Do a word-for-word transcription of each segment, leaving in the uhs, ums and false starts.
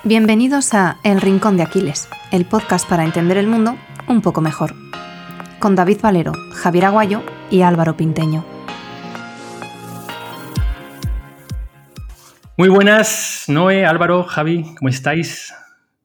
Bienvenidos a El Rincón de Aquiles, el podcast para entender el mundo un poco mejor, con David Valero, Javier Aguayo y Álvaro Pinteño. Muy buenas, Noé, Álvaro, Javi, ¿cómo estáis?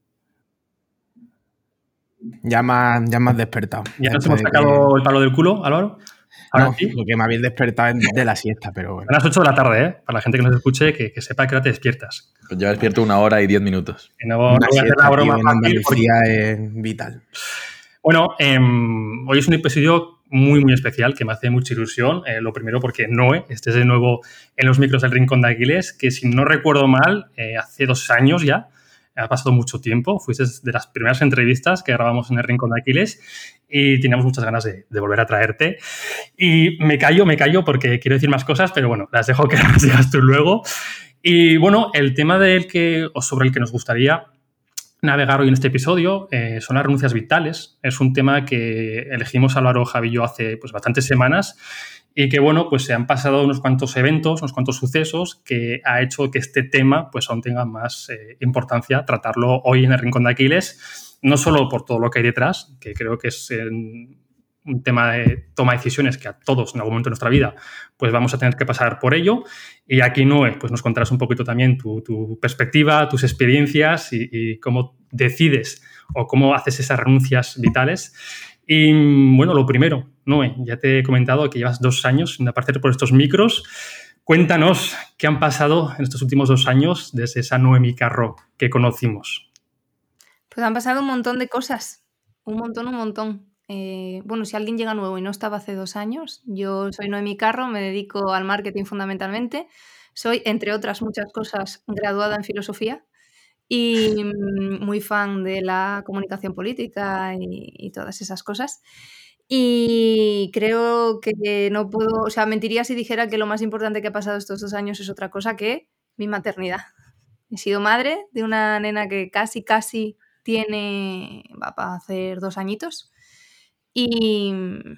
Ya me has, ya me has despertado. ¿Ya nos hemos sacado que... el palo del culo, Álvaro? ¿Ahora no, sí? Lo que me habéis despertado es de la siesta, pero bueno. A las ocho de la tarde, ¿eh? Para la gente que nos escuche, que, que sepa que ahora te despiertas. Pues yo despierto una hora y diez minutos. Y no, no voy a hacer la broma tío, en Andalucía porque... es vital. Bueno, eh, hoy es un episodio muy, muy especial que me hace mucha ilusión. Eh, lo primero porque Noé, este es de nuevo en los micros del Rincón de Aquiles, que si no recuerdo mal, eh, hace dos años ya, ha pasado mucho tiempo, fuiste de las primeras entrevistas que grabamos en el Rincón de Aquiles y teníamos muchas ganas de, de volver a traerte. Y me callo, me callo porque quiero decir más cosas, pero bueno, las dejo que las digas tú luego. Y bueno, el tema del que, o sobre el que nos gustaría navegar hoy en este episodio eh, son las renuncias vitales. Es un tema que elegimos Álvaro, Javi y yo hace pues, bastantes semanas y que, bueno, pues se han pasado unos cuantos eventos, unos cuantos sucesos que ha hecho que este tema pues aún tenga más eh, importancia tratarlo hoy en el Rincón de Aquiles, no solo por todo lo que hay detrás, que creo que es eh, un tema de toma de decisiones que a todos en algún momento de nuestra vida pues vamos a tener que pasar por ello. Y aquí, Noé, pues nos contarás un poquito también tu, tu perspectiva, tus experiencias y, y cómo decides o cómo haces esas renuncias vitales. Y bueno, lo primero, Noé, ya te he comentado que llevas dos años sin aparecer por estos micros. Cuéntanos qué han pasado en estos últimos dos años desde esa Noemi Carro que conocimos. Pues han pasado un montón de cosas, un montón, un montón. Eh, bueno, si alguien llega nuevo y no estaba hace dos años, yo soy Noemi Carro, me dedico al marketing fundamentalmente. Soy, entre otras muchas cosas, graduada en filosofía y muy fan de la comunicación política y, y todas esas cosas. Y creo que no puedo, o sea, mentiría si dijera que lo más importante que ha pasado estos dos años es otra cosa que mi maternidad. He sido madre de una nena que casi, casi tiene, va a hacer dos añitos. Y,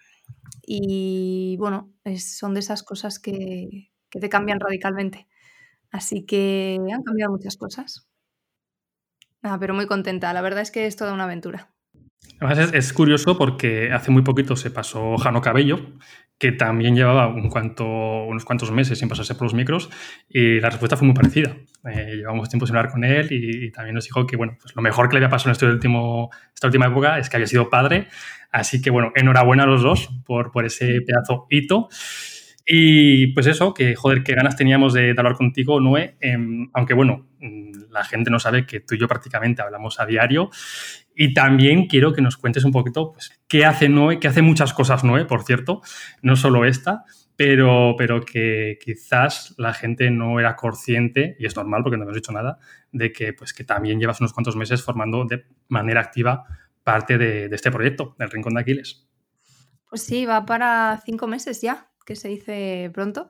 y bueno, es, son de esas cosas que, que te cambian radicalmente. Así que han cambiado muchas cosas. Ah, pero muy contenta. La verdad es que es toda una aventura. Además es, es curioso porque hace muy poquito se pasó Jano Cabello, que también llevaba un cuanto, unos cuantos meses sin pasarse por los micros y la respuesta fue muy parecida. Eh, llevamos tiempo sin hablar con él y, y también nos dijo que bueno, pues lo mejor que le había pasado en este último, esta última época es que había sido padre. Así que bueno, enhorabuena a los dos por, por ese pedazo hito. Y pues eso, que joder, qué ganas teníamos de, de hablar contigo, Noé, eh, aunque bueno, la gente no sabe que tú y yo prácticamente hablamos a diario. Y también quiero que nos cuentes un poquito pues, qué hace Noé, que hace muchas cosas Noé, por cierto, no solo esta, pero, pero que quizás la gente no era consciente, y es normal porque no hemos dicho nada, de que, pues, que también llevas unos cuantos meses formando de manera activa parte de, de este proyecto, del Rincón de Aquiles. Pues sí, va para cinco meses ya, que se dice pronto.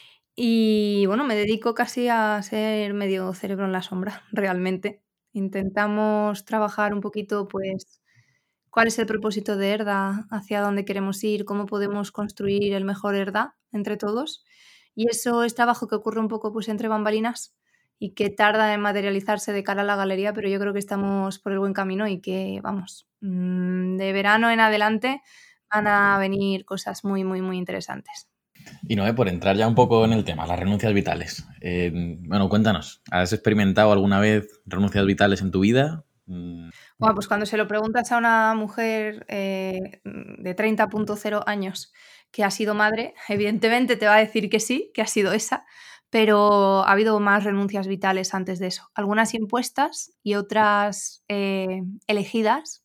Y bueno, me dedico casi a ser medio cerebro en la sombra, realmente. Intentamos trabajar un poquito, pues, cuál es el propósito de ERDA, hacia dónde queremos ir, cómo podemos construir el mejor ERDA entre todos. Y eso es trabajo que ocurre un poco pues, entre bambalinas y que tarda en materializarse de cara a la galería, pero yo creo que estamos por el buen camino y que, vamos, de verano en adelante van a venir cosas muy, muy, muy interesantes. Y Noé, por entrar ya un poco en el tema, las renuncias vitales. Eh, bueno, cuéntanos, ¿has experimentado alguna vez renuncias vitales en tu vida? Bueno, pues cuando se lo preguntas a una mujer eh, de treinta punto cero años que ha sido madre, evidentemente te va a decir que sí, que ha sido esa, pero ha habido más renuncias vitales antes de eso. Algunas impuestas y otras eh, elegidas.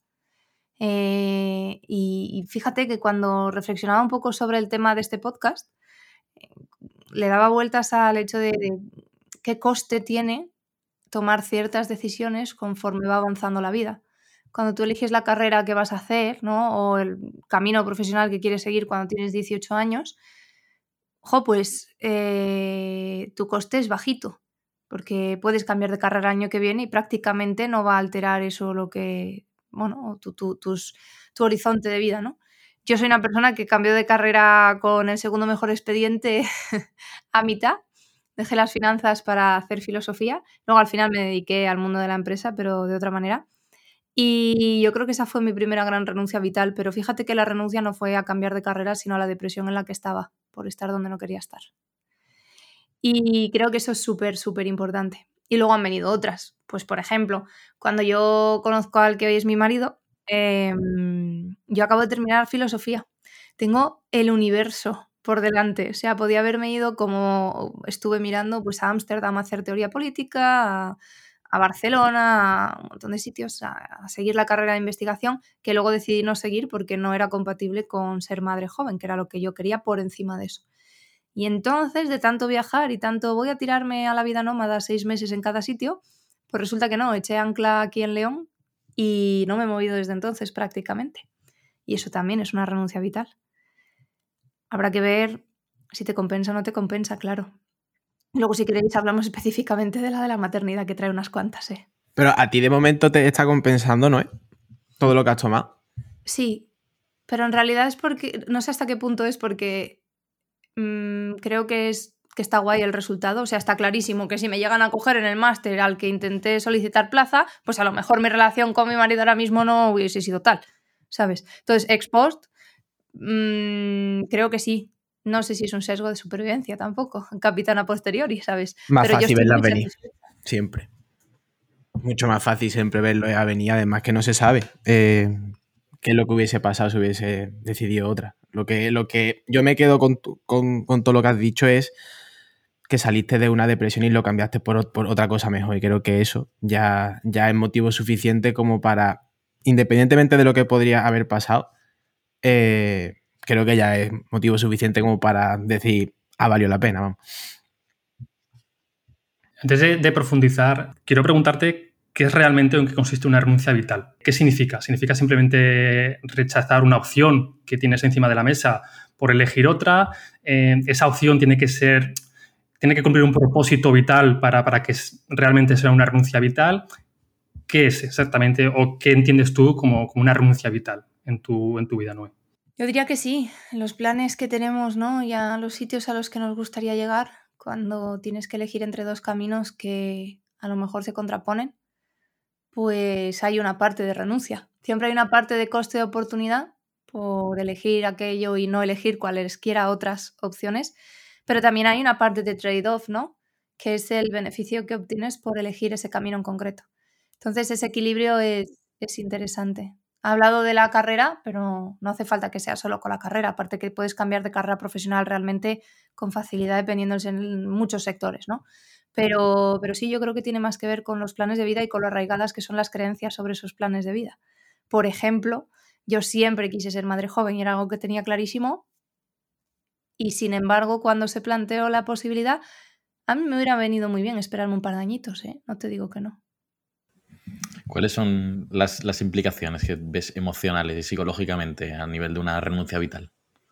Eh, y, y fíjate que cuando reflexionaba un poco sobre el tema de este podcast, eh, le daba vueltas al hecho de, de qué coste tiene tomar ciertas decisiones conforme va avanzando la vida. Cuando tú eliges la carrera que vas a hacer, ¿no? O el camino profesional que quieres seguir cuando tienes dieciocho años, jo, pues eh, tu coste es bajito, porque puedes cambiar de carrera el año que viene y prácticamente no va a alterar eso lo que, bueno, tu, tu, tus, tu horizonte de vida, ¿no? Yo soy una persona que cambió de carrera con el segundo mejor expediente a mitad dejé las finanzas para hacer filosofía. Luego al final me dediqué al mundo de la empresa, pero de otra manera. Y yo creo que esa fue mi primera gran renuncia vital, pero fíjate que la renuncia no fue a cambiar de carrera, sino a la depresión en la que estaba, por estar donde no quería estar. Y creo que eso es súper, súper importante. Y luego han venido otras. Pues, por ejemplo, cuando yo conozco al que hoy es mi marido, eh, yo acabo de terminar filosofía. Tengo el universo por delante. O sea, podía haberme ido, como estuve mirando, pues a Ámsterdam a hacer teoría política, a, a Barcelona, a un montón de sitios, a, a seguir la carrera de investigación, que luego decidí no seguir porque no era compatible con ser madre joven, que era lo que yo quería por encima de eso. Y entonces, de tanto viajar y tanto voy a tirarme a la vida nómada seis meses en cada sitio, pues resulta que no, eché ancla aquí en León y no me he movido desde entonces prácticamente. Y eso también es una renuncia vital. Habrá que ver si te compensa o no te compensa, claro. Luego, si queréis, hablamos específicamente de la de la maternidad, que trae unas cuantas, ¿eh? Pero a ti de momento te está compensando, ¿no? ¿Eh? Todo lo que has tomado. Sí, pero en realidad es porque, no sé hasta qué punto es porque mmm, creo que es que está guay el resultado. O sea, está clarísimo que si me llegan a coger en el máster al que intenté solicitar plaza, pues a lo mejor mi relación con mi marido ahora mismo no hubiese sido tal, ¿sabes? Entonces, ex post, mmm, creo que sí. No sé si es un sesgo de supervivencia tampoco, capitana posteriori, ¿sabes? Más Pero yo fácil estoy verlas muy venir, satisfecha. siempre. Mucho más fácil siempre verlo a venir, además que no se sabe eh, qué es lo que hubiese pasado si hubiese decidido otra. Lo que, lo que yo me quedo con, tu, con, con todo lo que has dicho es que saliste de una depresión y lo cambiaste por, por otra cosa mejor, y creo que eso ya, ya es motivo suficiente como para, independientemente de lo que podría haber pasado, eh, creo que ya es motivo suficiente como para decir, ha valido la pena, vamos. Antes de, de profundizar, quiero preguntarte qué es realmente o en qué consiste una renuncia vital. ¿Qué significa? ¿Significa simplemente rechazar una opción que tienes encima de la mesa por elegir otra? Eh, ¿Esa opción tiene que ser, tiene que cumplir un propósito vital para, para que realmente sea una renuncia vital? ¿Qué es exactamente o qué entiendes tú como, como una renuncia vital en tu, en tu vida, Noé? Yo diría que sí, los planes que tenemos, ¿no? Y a los sitios a los que nos gustaría llegar, cuando tienes que elegir entre dos caminos que a lo mejor se contraponen, pues hay una parte de renuncia. Siempre hay una parte de coste de oportunidad por elegir aquello y no elegir cualesquiera otras opciones, pero también hay una parte de trade-off, ¿no? Que es el beneficio que obtienes por elegir ese camino en concreto. Entonces ese equilibrio es, es interesante. Ha hablado de la carrera, pero no hace falta que sea solo con la carrera, aparte que puedes cambiar de carrera profesional realmente con facilidad dependiendo en muchos sectores, ¿no? Pero, pero sí, yo creo que tiene más que ver con los planes de vida y con lo arraigadas que son las creencias sobre esos planes de vida. Por ejemplo, yo siempre quise ser madre joven y era algo que tenía clarísimo, y sin embargo, cuando se planteó la posibilidad, a mí me hubiera venido muy bien esperarme un par de añitos, ¿eh? No te digo que no. ¿Cuáles son las, las implicaciones que ves emocionales y psicológicamente a nivel de una renuncia vital?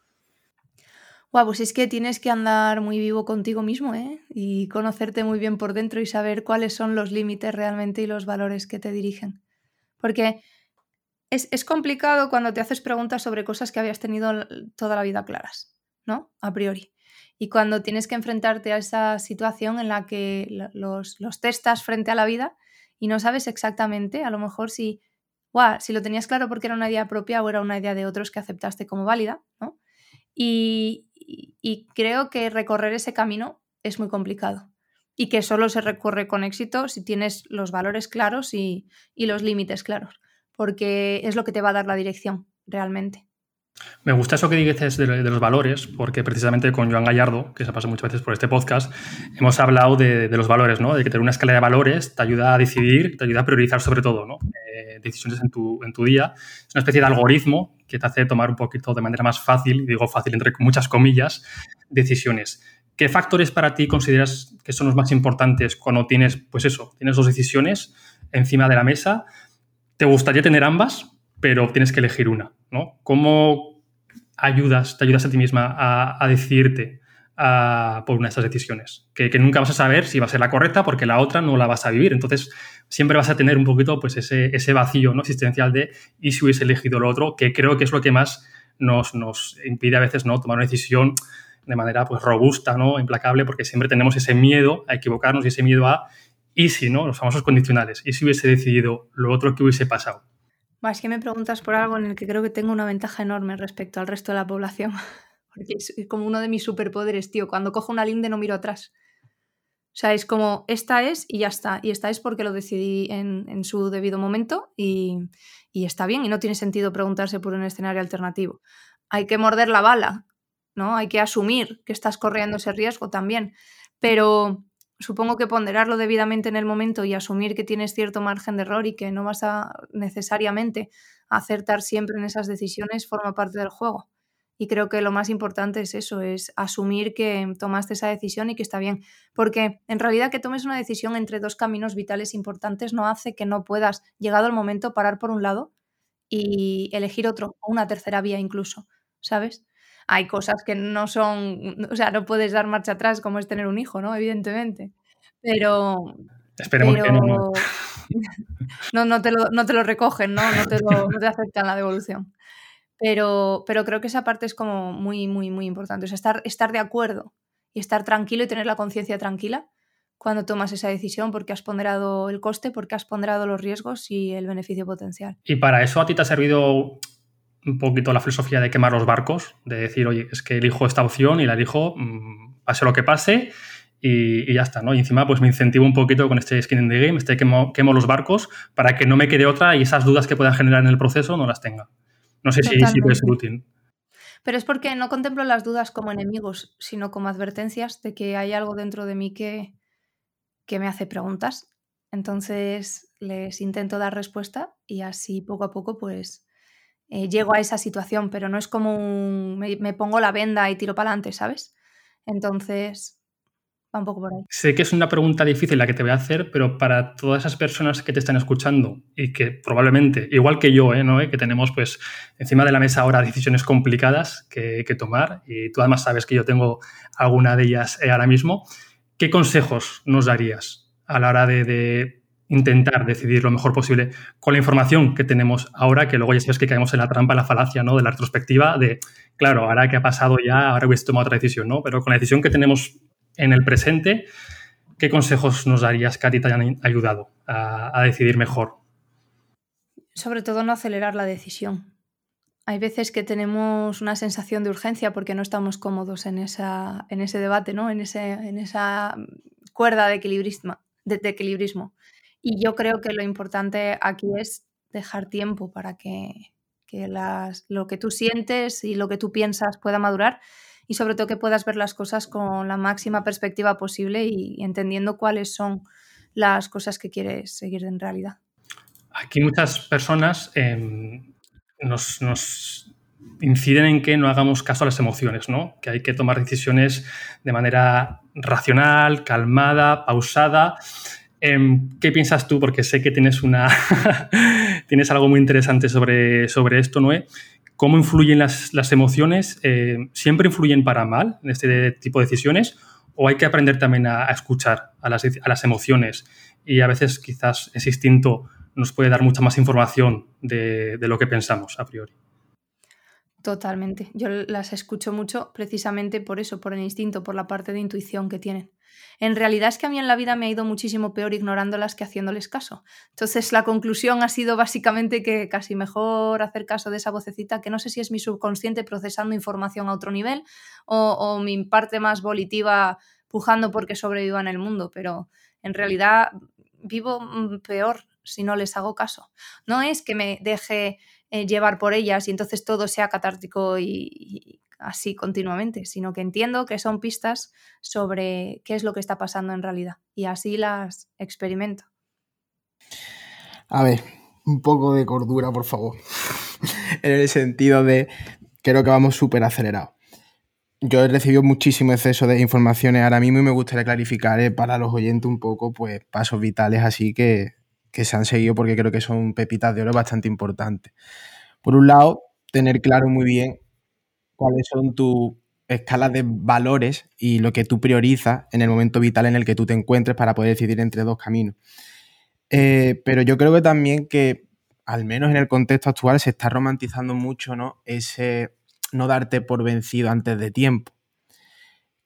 Guau, pues es que tienes que andar muy vivo contigo mismo, ¿eh? Y conocerte muy bien por dentro y saber cuáles son los límites realmente y los valores que te dirigen. Porque es, es complicado cuando te haces preguntas sobre cosas que habías tenido toda la vida claras, ¿no? A priori. Y cuando tienes que enfrentarte a esa situación en la que los, los testas frente a la vida y no sabes exactamente, a lo mejor si, guau, si lo tenías claro porque era una idea propia o era una idea de otros que aceptaste como válida, ¿no? Y, y, y creo que recorrer ese camino es muy complicado y que solo se recorre con éxito si tienes los valores claros y, y los límites claros, porque es lo que te va a dar la dirección realmente. Me gusta eso que dices de, de los valores, porque precisamente con Joan Gallardo, que se pasa muchas veces por este podcast, hemos hablado de, de los valores, ¿no? De que tener una escala de valores te ayuda a decidir, te ayuda a priorizar sobre todo, ¿no? Eh, decisiones en tu, en tu día. Es una especie de algoritmo que te hace tomar un poquito de manera más fácil, y digo fácil entre muchas comillas, decisiones. ¿Qué factores para ti consideras que son los más importantes cuando tienes, pues eso, tienes dos decisiones encima de la mesa? ¿Te gustaría tener ambas, pero tienes que elegir una, ¿no? ¿Cómo ayudas, te ayudas a ti misma a, a decidirte a, por una de esas decisiones? Que, que nunca vas a saber si va a ser la correcta porque la otra no la vas a vivir. Entonces, siempre vas a tener un poquito pues, ese, ese vacío, ¿no? existencial de ¿y si hubiese elegido lo otro? Que creo que es lo que más nos, nos impide a veces, ¿no? tomar una decisión de manera pues robusta, ¿no? Implacable, porque siempre tenemos ese miedo a equivocarnos y ese miedo a ¿y si no? Los famosos condicionales. ¿Y si hubiese decidido lo otro que hubiese pasado? Va, es que me preguntas por algo en el que creo que tengo una ventaja enorme respecto al resto de la población. Porque es como uno de mis superpoderes, tío. Cuando cojo una linde no miro atrás. O sea, es como, esta es y ya está. Y esta es porque lo decidí en, en su debido momento y, y está bien. Y no tiene sentido preguntarse por un escenario alternativo. Hay que morder la bala, ¿no? Hay que asumir que estás corriendo ese riesgo también. Pero supongo que ponderarlo debidamente en el momento y asumir que tienes cierto margen de error y que no vas a necesariamente acertar siempre en esas decisiones forma parte del juego. Y creo que lo más importante es eso, es asumir que tomaste esa decisión y que está bien. Porque en realidad que tomes una decisión entre dos caminos vitales importantes no hace que no puedas, llegado el momento, parar por un lado y elegir otro, o una tercera vía incluso, ¿sabes? Hay cosas que no son, o sea, no puedes dar marcha atrás como es tener un hijo, ¿no? Evidentemente. Pero, Esperemos que no, ¿no? pero no, no, te lo, no te lo recogen, ¿no? No te, lo, no te aceptan la devolución. Pero, pero creo que esa parte es como muy, muy, muy importante. O sea, estar, estar de acuerdo y estar tranquilo y tener la conciencia tranquila cuando tomas esa decisión porque has ponderado el coste, porque has ponderado los riesgos y el beneficio potencial. Y para eso a ti te ha servido un poquito la filosofía de quemar los barcos, de decir, oye, es que elijo esta opción y la elijo, mmm, pase lo que pase y, y ya está, ¿no? Y encima pues me incentivo un poquito con este skin in the game, este quemo, quemo los barcos para que no me quede otra y esas dudas que puedan generar en el proceso no las tenga. No sé si, si puede ser útil. Pero es porque no contemplo las dudas como enemigos, sino como advertencias de que hay algo dentro de mí que, que me hace preguntas. Entonces les intento dar respuesta y así poco a poco pues eh, llego a esa situación, pero no es como un, me, me pongo la venda y tiro para adelante, ¿sabes? Entonces va un poco por ahí. Sé que es una pregunta difícil la que te voy a hacer, pero para todas esas personas que te están escuchando y que probablemente, igual que yo, ¿eh, ¿no? ¿Eh? que tenemos pues encima de la mesa ahora decisiones complicadas que, que tomar y tú además sabes que yo tengo alguna de ellas eh, ahora mismo, ¿qué consejos nos darías a la hora de, de intentar decidir lo mejor posible con la información que tenemos ahora, que luego ya sabes que caemos en la trampa, en la falacia, ¿no? de la retrospectiva, de, claro, ahora que ha pasado ya, ahora hubiese tomado otra decisión, ¿no? Pero con la decisión que tenemos en el presente, ¿qué consejos nos darías que a ti te hayan ayudado a, a decidir mejor? Sobre todo no acelerar la decisión. Hay veces que tenemos una sensación de urgencia porque no estamos cómodos en, esa, en ese debate, ¿no? en, ese, en esa cuerda de equilibrismo, de, de equilibrismo. Y yo creo que lo importante aquí es dejar tiempo para que, que las, lo que tú sientes y lo que tú piensas pueda madurar y sobre todo que puedas ver las cosas con la máxima perspectiva posible y entendiendo cuáles son las cosas que quieres seguir en realidad. Aquí muchas personas eh, nos, nos inciden en que no hagamos caso a las emociones, ¿no? Que hay que tomar decisiones de manera racional, calmada, pausada. Eh, ¿Qué piensas tú? Porque sé que tienes, una tienes algo muy interesante sobre, sobre esto, Noé. ¿Cómo influyen las, las emociones? Eh, ¿Siempre influyen para mal en este tipo de decisiones? ¿O hay que aprender también a, a escuchar a las, a las emociones? Y a veces quizás ese instinto nos puede dar mucha más información de, de lo que pensamos a priori. Totalmente. Yo las escucho mucho precisamente por eso, por el instinto, por la parte de intuición que tienen. En realidad es que a mí en la vida me ha ido muchísimo peor ignorándolas que haciéndoles caso. Entonces la conclusión ha sido básicamente que casi mejor hacer caso de esa vocecita, que no sé si es mi subconsciente procesando información a otro nivel o, o mi parte más volitiva pujando porque sobreviva en el mundo, pero en realidad vivo peor si no les hago caso. No es que me deje eh, llevar por ellas y entonces todo sea catártico y, y así continuamente, sino que entiendo que son pistas sobre qué es lo que está pasando en realidad y así las experimento. A ver, un poco de cordura, por favor. En el sentido de, creo que vamos súper acelerados. Yo he recibido muchísimo exceso de informaciones ahora mismo y me gustaría clarificar eh, para los oyentes un poco pues pasos vitales así que, que se han seguido porque creo que son pepitas de oro bastante importantes. Por un lado, tener claro muy bien cuáles son tus escalas de valores y lo que tú priorizas en el momento vital en el que tú te encuentres para poder decidir entre dos caminos. Eh, pero yo creo que también que, al menos en el contexto actual, se está romantizando mucho, ¿no? Ese no darte por vencido antes de tiempo.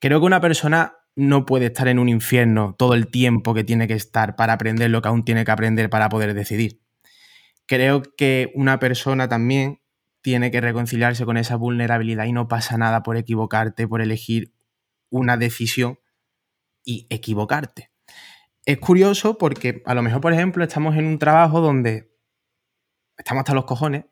Creo que una persona no puede estar en un infierno todo el tiempo que tiene que estar para aprender lo que aún tiene que aprender para poder decidir. Creo que una persona también tiene que reconciliarse con esa vulnerabilidad y no pasa nada por equivocarte, por elegir una decisión y equivocarte. Es curioso porque a lo mejor, por ejemplo, estamos en un trabajo donde estamos hasta los cojones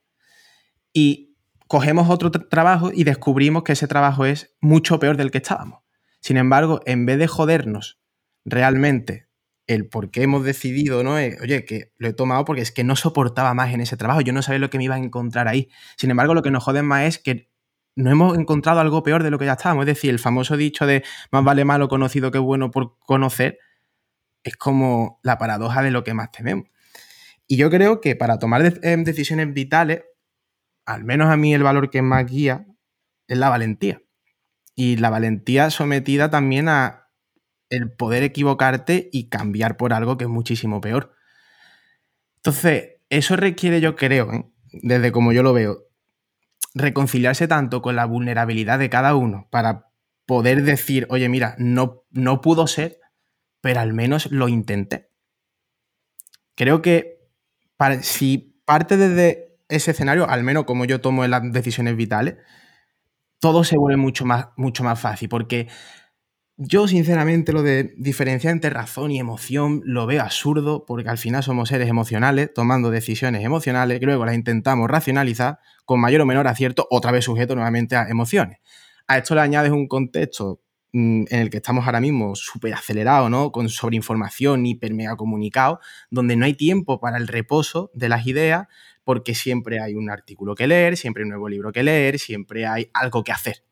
y cogemos otro tra- trabajo y descubrimos que ese trabajo es mucho peor del que estábamos. Sin embargo, en vez de jodernos realmente el por qué hemos decidido, ¿no? Eh, oye, que lo he tomado porque es que no soportaba más en ese trabajo, yo no sabía lo que me iba a encontrar ahí. Sin embargo, lo que nos jode más es que no hemos encontrado algo peor de lo que ya estábamos. Es decir, el famoso dicho de más vale malo conocido que bueno por conocer es como la paradoja de lo que más tememos. Y yo creo que para tomar de- eh, decisiones vitales, al menos a mí el valor que más guía es la valentía. Y la valentía sometida también a el poder equivocarte y cambiar por algo que es muchísimo peor. Entonces, eso requiere, yo creo, ¿eh? Desde como yo lo veo, reconciliarse tanto con la vulnerabilidad de cada uno para poder decir, oye, mira, no, no pudo ser, pero al menos lo intenté. Creo que para, si parte desde ese escenario, al menos como yo tomo en las decisiones vitales, todo se vuelve mucho más, mucho más fácil, porque yo, sinceramente, lo de diferenciar entre razón y emoción lo veo absurdo, porque al final somos seres emocionales, tomando decisiones emocionales, que luego las intentamos racionalizar con mayor o menor acierto, otra vez sujeto nuevamente a emociones. A esto le añades un contexto mmm, en el que estamos ahora mismo súper acelerados, ¿no? Con sobreinformación, hiper mega comunicado, donde no hay tiempo para el reposo de las ideas, porque siempre hay un artículo que leer, siempre hay un nuevo libro que leer, siempre hay algo que hacer.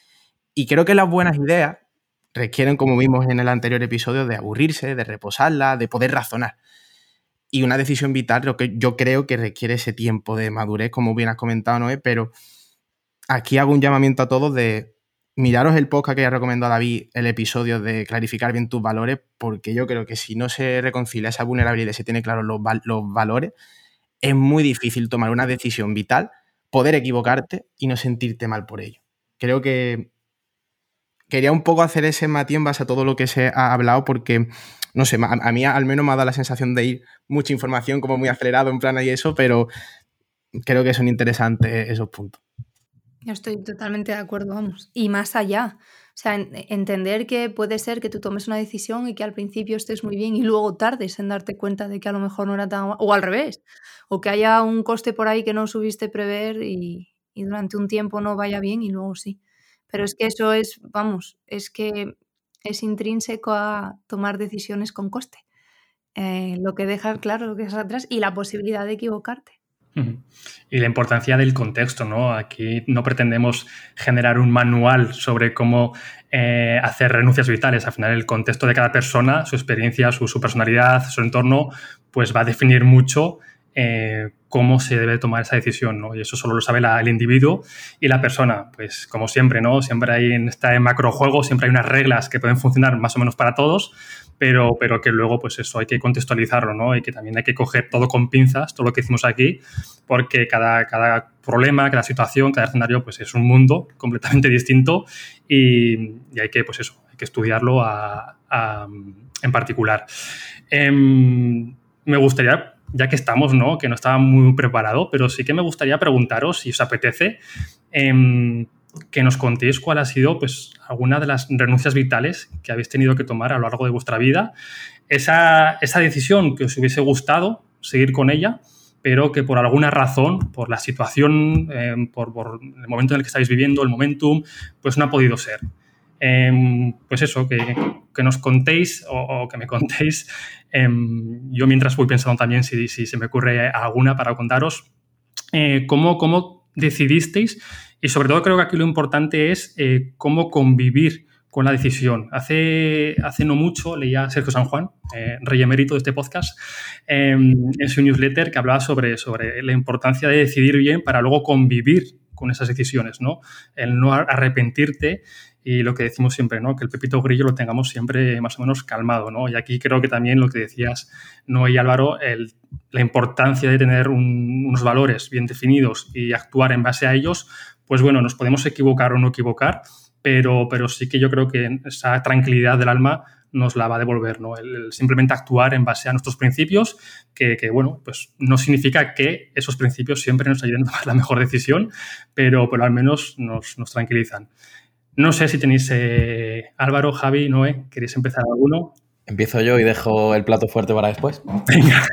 Y creo que las buenas ideas requieren, como vimos en el anterior episodio, de aburrirse, de reposarla, de poder razonar. Y una decisión vital, lo que yo creo que requiere ese tiempo de madurez, como bien has comentado, Noé, pero aquí hago un llamamiento a todos de miraros el podcast que ha recomendado David, el episodio de clarificar bien tus valores, porque yo creo que si no se reconcilia esa vulnerabilidad y se tiene claros los, val- los valores, es muy difícil tomar una decisión vital, poder equivocarte y no sentirte mal por ello. Creo que quería un poco hacer ese matiz en base a todo lo que se ha hablado porque, no sé, a, a mí al menos me ha dado la sensación de ir mucha información como muy acelerado en plan y eso, pero creo que son interesantes esos puntos. Yo estoy totalmente de acuerdo, vamos. Y más allá. O sea, en- entender que puede ser que tú tomes una decisión y que al principio estés muy bien y luego tardes en darte cuenta de que a lo mejor no era tan... O al revés. O que haya un coste por ahí que no subiste prever y, y durante un tiempo no vaya bien y luego sí. Pero es que eso es, vamos, es que es intrínseco a tomar decisiones con coste. Eh, lo que dejas claro, lo que dejas atrás y la posibilidad de equivocarte. Ujú. Y la importancia del contexto, ¿no? Aquí no pretendemos generar un manual sobre cómo eh, hacer renuncias vitales. Al final, el contexto de cada persona, su experiencia, su, su personalidad, su entorno, pues va a definir mucho eh, cómo se debe tomar esa decisión, ¿no? Y eso solo lo sabe la, el individuo y la persona. Pues como siempre, ¿no? Siempre hay en este macrojuego, siempre hay unas reglas que pueden funcionar más o menos para todos, pero, pero que luego, pues eso, hay que contextualizarlo, ¿no? Y que también hay que coger todo con pinzas, todo lo que hicimos aquí, porque cada, cada problema, cada situación, cada escenario, pues es un mundo completamente distinto y, y hay que, pues eso, hay que estudiarlo a, a, en particular. Eh, me gustaría, ya que estamos, ¿no? Que no estaba muy preparado, pero sí que me gustaría preguntaros, si os apetece, eh, que nos contéis cuál ha sido, pues, alguna de las renuncias vitales que habéis tenido que tomar a lo largo de vuestra vida. Esa, esa decisión que os hubiese gustado seguir con ella, pero que por alguna razón, por la situación, eh, por, por el momento en el que estáis viviendo, el momentum, pues no ha podido ser. Eh, pues eso, que, que nos contéis o, o que me contéis. Eh, yo mientras voy pensando también si, si se me ocurre alguna para contaros, eh, cómo, cómo decidisteis y sobre todo creo que aquí lo importante es eh, cómo convivir con la decisión. Hace, hace no mucho leía a Sergio San Juan, eh, rey emérito de este podcast, eh, en su newsletter que hablaba sobre, sobre la importancia de decidir bien para luego convivir con esas decisiones, ¿no? El no arrepentirte y lo que decimos siempre, ¿no? Que el pepito grillo lo tengamos siempre más o menos calmado, ¿no? Y aquí creo que también lo que decías, Noé y Álvaro, el, la importancia de tener un, unos valores bien definidos y actuar en base a ellos, pues bueno, nos podemos equivocar o no equivocar, pero, pero sí que yo creo que esa tranquilidad del alma nos la va a devolver, ¿no? El, el simplemente actuar en base a nuestros principios, que, que, bueno, pues no significa que esos principios siempre nos ayuden a tomar la mejor decisión, pero, pero al menos nos, nos tranquilizan. No sé si tenéis, eh, Álvaro, Javi, Noé, ¿queréis empezar alguno? Empiezo yo y dejo el plato fuerte para después. Venga.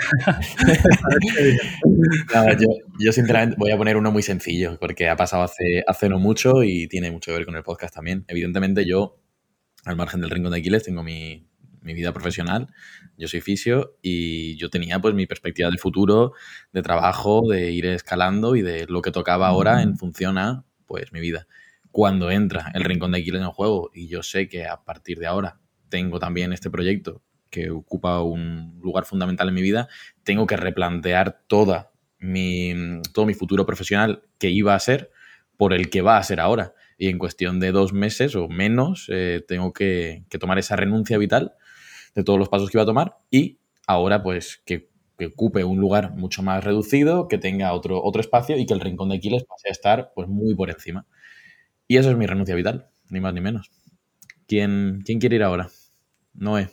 No, yo, yo sinceramente voy a poner uno muy sencillo, porque ha pasado hace, hace no mucho y tiene mucho que ver con el podcast también. Evidentemente yo, al margen del Rincón de Aquiles, tengo mi, mi vida profesional. Yo soy fisio y yo tenía pues mi perspectiva de futuro, de trabajo, de ir escalando y de lo que tocaba ahora en función a pues mi vida. Cuando entra el Rincón de Aquiles en el juego y yo sé que a partir de ahora tengo también este proyecto que ocupa un lugar fundamental en mi vida, tengo que replantear toda mi, todo mi futuro profesional que iba a ser por el que va a ser ahora. Y en cuestión de dos meses o menos eh, tengo que, que tomar esa renuncia vital de todos los pasos que iba a tomar y ahora pues que, que ocupe un lugar mucho más reducido, que tenga otro, otro espacio y que el Rincón de Aquiles pase a estar pues muy por encima. Y eso es mi renuncia vital, ni más ni menos. ¿Quién, quién quiere ir ahora? Noé.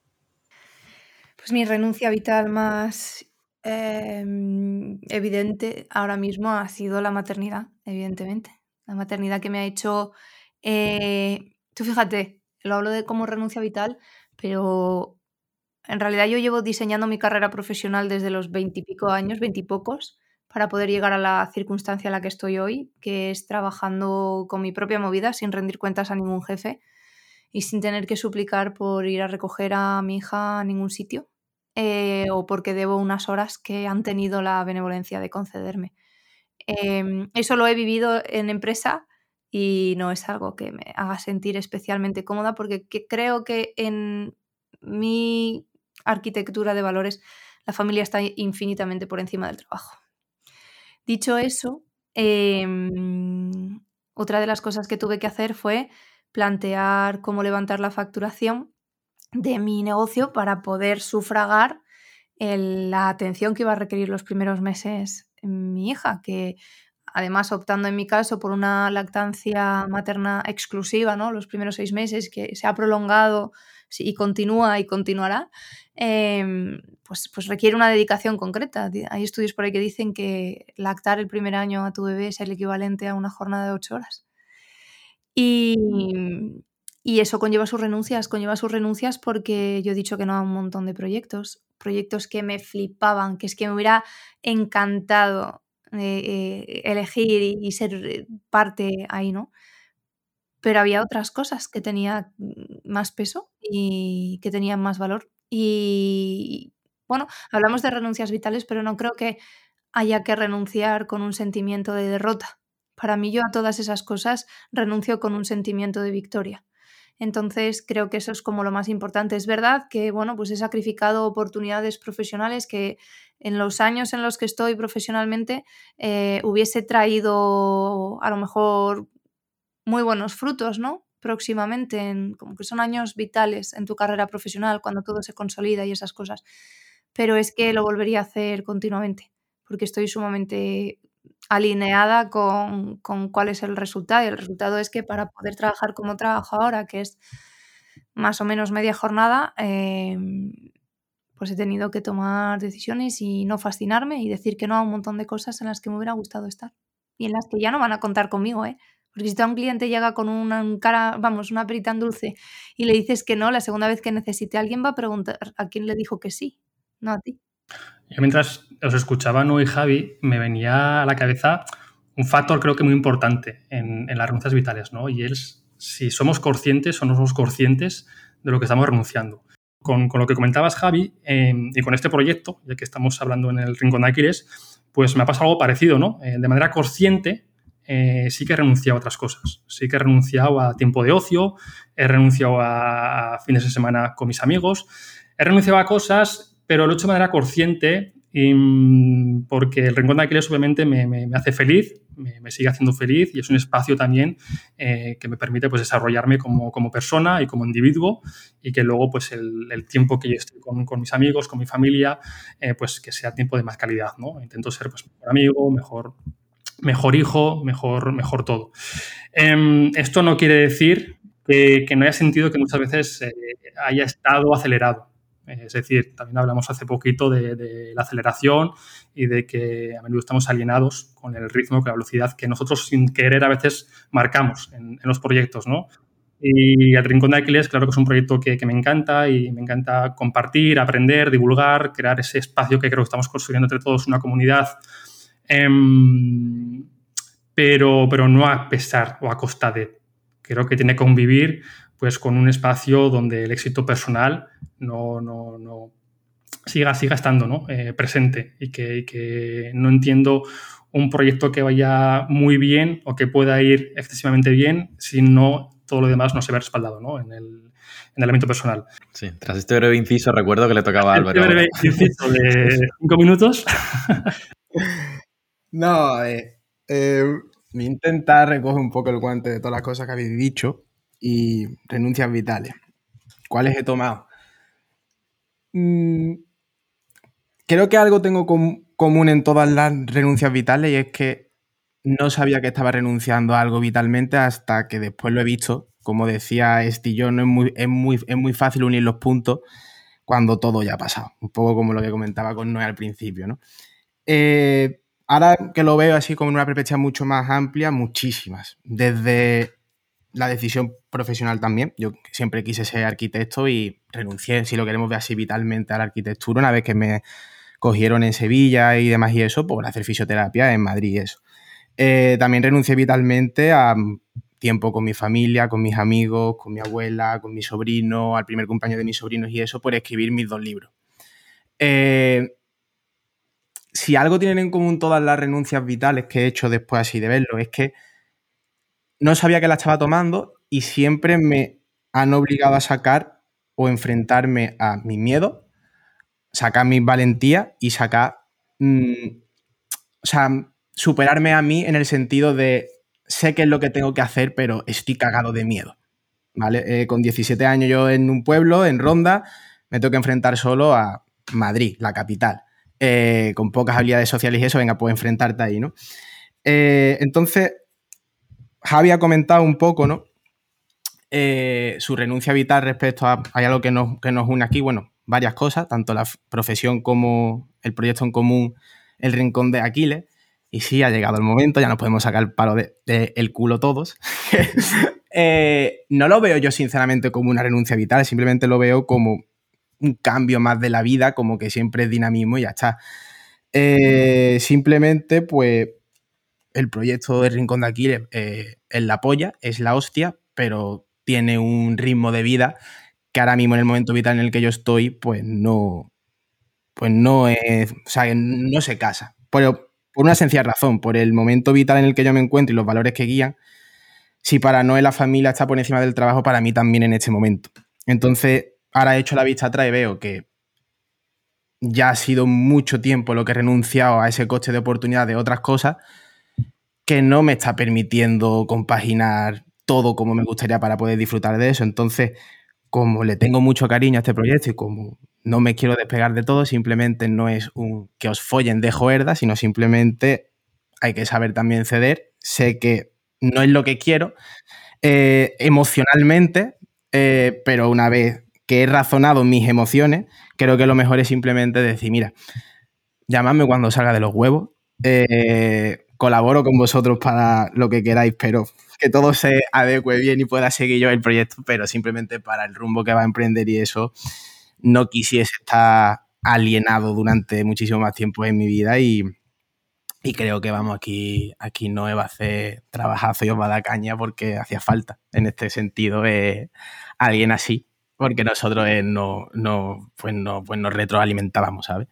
Pues mi renuncia vital más eh, evidente ahora mismo ha sido la maternidad, evidentemente. La maternidad que me ha hecho... Eh, tú fíjate, lo hablo de como renuncia vital, pero en realidad yo llevo diseñando mi carrera profesional desde los veintipico años, veintipocos, para poder llegar a la circunstancia en la que estoy hoy, que es trabajando con mi propia movida, sin rendir cuentas a ningún jefe y sin tener que suplicar por ir a recoger a mi hija a ningún sitio, eh, o porque debo unas horas que han tenido la benevolencia de concederme. Eh, eso lo he vivido en empresa y no es algo que me haga sentir especialmente cómoda porque que creo que en mi arquitectura de valores la familia está infinitamente por encima del trabajo. Dicho eso, eh, otra de las cosas que tuve que hacer fue plantear cómo levantar la facturación de mi negocio para poder sufragar el, la atención que iba a requerir los primeros meses mi hija, que además optando en mi caso por una lactancia materna exclusiva, ¿no? Los primeros seis meses que se ha prolongado y continúa y continuará, eh, pues, pues requiere una dedicación concreta. Hay estudios por ahí que dicen que lactar el primer año a tu bebé es el equivalente a una jornada de ocho horas. Y, y eso conlleva sus renuncias, conlleva sus renuncias porque yo he dicho que no a un montón de proyectos, proyectos que me flipaban, que es que me hubiera encantado eh, eh, elegir y, y ser parte ahí, ¿no? Pero había otras cosas que tenían más peso y que tenían más valor. Y bueno, hablamos de renuncias vitales, pero no creo que haya que renunciar con un sentimiento de derrota. Para mí, yo a todas esas cosas renuncio con un sentimiento de victoria. Entonces, creo que eso es como lo más importante. Es verdad que, bueno, pues he sacrificado oportunidades profesionales que en los años en los que estoy profesionalmente eh, hubiese traído a lo mejor muy buenos frutos, ¿no? Próximamente, en, como que son años vitales en tu carrera profesional, cuando todo se consolida y esas cosas. Pero es que lo volvería a hacer continuamente, porque estoy sumamente alineada con, con cuál es el resultado. Y el resultado es que para poder trabajar como trabajo ahora, que es más o menos media jornada, eh, pues he tenido que tomar decisiones y no fascinarme y decir que no a un montón de cosas en las que me hubiera gustado estar y en las que ya no van a contar conmigo, ¿eh? Porque si a un cliente llega con una cara, vamos, una perita en dulce y le dices que no, la segunda vez que necesite a alguien va a preguntar a quién le dijo que sí, no a ti. Yo mientras os escuchaba, Noé y Javi, me venía a la cabeza un factor creo que muy importante en, en las renuncias vitales, ¿no? Y es si somos conscientes o no somos conscientes de lo que estamos renunciando. Con, con lo que comentabas, Javi, eh, y con este proyecto, ya que estamos hablando en el Rincón de Aquiles, pues me ha pasado algo parecido, ¿no? Eh, de manera consciente, eh, sí que he renunciado a otras cosas. Sí que he renunciado a tiempo de ocio, he renunciado a, a fines de semana con mis amigos, he renunciado a cosas, pero lo he hecho de manera consciente y, porque el Rincón de Aquiles obviamente me, me, me hace feliz, me, me sigue haciendo feliz y es un espacio también eh, que me permite pues, desarrollarme como, como persona y como individuo y que luego pues, el, el tiempo que yo estoy con, con mis amigos, con mi familia, eh, pues que sea tiempo de más calidad, ¿no? Intento ser pues, mejor amigo, mejor mejor hijo, mejor, mejor todo. Eh, esto no quiere decir que, que no haya sentido que muchas veces eh, haya estado acelerado. Es decir, también hablamos hace poquito de, de la aceleración y de que a menudo estamos alienados con el ritmo, con la velocidad que nosotros sin querer a veces marcamos en, en los proyectos, ¿no? Y El Rincón de Aquiles, claro que es un proyecto que, que me encanta y me encanta compartir, aprender, divulgar, crear ese espacio que creo que estamos construyendo entre todos, una comunidad, eh, pero, pero no a pesar o a costa de. Creo que tiene que convivir pues, con un espacio donde el éxito personal no, no, no siga, siga estando, ¿no? eh, presente y que, y que no entiendo un proyecto que vaya muy bien o que pueda ir excesivamente bien si no todo lo demás no se ve respaldado, ¿no? en, el, en el ámbito personal. Sí, tras este breve inciso recuerdo que le tocaba a Álvaro. Este breve inciso de cinco minutos. No, eh, eh, voy a intentar recoger un poco el guante de todas las cosas que habéis dicho y renuncias vitales. ¿Cuáles he tomado? Mm, creo que algo tengo com- común en todas las renuncias vitales y es que no sabía que estaba renunciando a algo vitalmente hasta que después lo he visto. Como decía Estillo, no es muy, es muy, es muy fácil unir los puntos cuando todo ya ha pasado. Un poco como lo que comentaba con Noé al principio, ¿no? Eh, ahora que lo veo así como en una perspectiva mucho más amplia, muchísimas. Desde la decisión profesional también. Yo siempre quise ser arquitecto y renuncié, si lo queremos ver así, vitalmente a la arquitectura una vez que me cogieron en Sevilla y demás y eso, por hacer fisioterapia en Madrid y eso. Eh, también renuncié vitalmente a tiempo con mi familia, con mis amigos, con mi abuela, con mi sobrino, al primer cumpleaños de mis sobrinos y eso, por escribir mis dos libros. Eh, si algo tienen en común todas las renuncias vitales que he hecho después así de verlo, es que no sabía que la estaba tomando y siempre me han obligado a sacar o enfrentarme a mi miedo, sacar mi valentía y sacar... Mmm, o sea, superarme a mí en el sentido de sé qué es lo que tengo que hacer, pero estoy cagado de miedo, ¿vale? Eh, con diecisiete años yo en un pueblo, en Ronda, me tengo que enfrentar solo a Madrid, la capital, eh, con pocas habilidades sociales y eso, venga, pues enfrentarte ahí, ¿no? Eh, entonces, Javi ha comentado un poco, ¿no? Eh, su renuncia vital respecto a... Hay algo que nos, que nos une aquí, bueno, varias cosas, tanto la profesión como el proyecto en común, El Rincón de Aquiles. Y sí, ha llegado el momento, ya nos podemos sacar el palo del de, de culo todos. eh, no lo veo yo sinceramente como una renuncia vital, simplemente lo veo como un cambio más de la vida, como que siempre es dinamismo y ya está. Eh, simplemente, pues, el proyecto del Rincón de Aquiles eh, es la polla, es la hostia, pero tiene un ritmo de vida que ahora mismo en el momento vital en el que yo estoy, pues no, pues no es, o sea, no se casa. Pero por una sencilla razón, por el momento vital en el que yo me encuentro y los valores que guían, si para Noé la familia está por encima del trabajo, para mí también en este momento. Entonces, ahora he hecho la vista atrás y veo que ya ha sido mucho tiempo lo que he renunciado a ese coste de oportunidad de otras cosas que no me está permitiendo compaginar todo como me gustaría para poder disfrutar de eso. Entonces, como le tengo mucho cariño a este proyecto y como no me quiero despegar de todo, simplemente no es un que os follen de joerda, sino simplemente hay que saber también ceder. Sé que no es lo que quiero eh, emocionalmente, eh, pero una vez que he razonado mis emociones, creo que lo mejor es simplemente decir, mira, llamadme cuando salga de los huevos, eh, colaboro con vosotros para lo que queráis, pero que todo se adecue bien y pueda seguir yo el proyecto, pero simplemente para el rumbo que va a emprender y eso, no quisiese estar alienado durante muchísimo más tiempo en mi vida y, y creo que vamos, aquí, aquí Noé va a hacer trabajazo y os va a dar caña porque hacía falta en este sentido eh, alguien así, porque nosotros eh, no, no, pues no, pues nos retroalimentábamos, ¿sabes?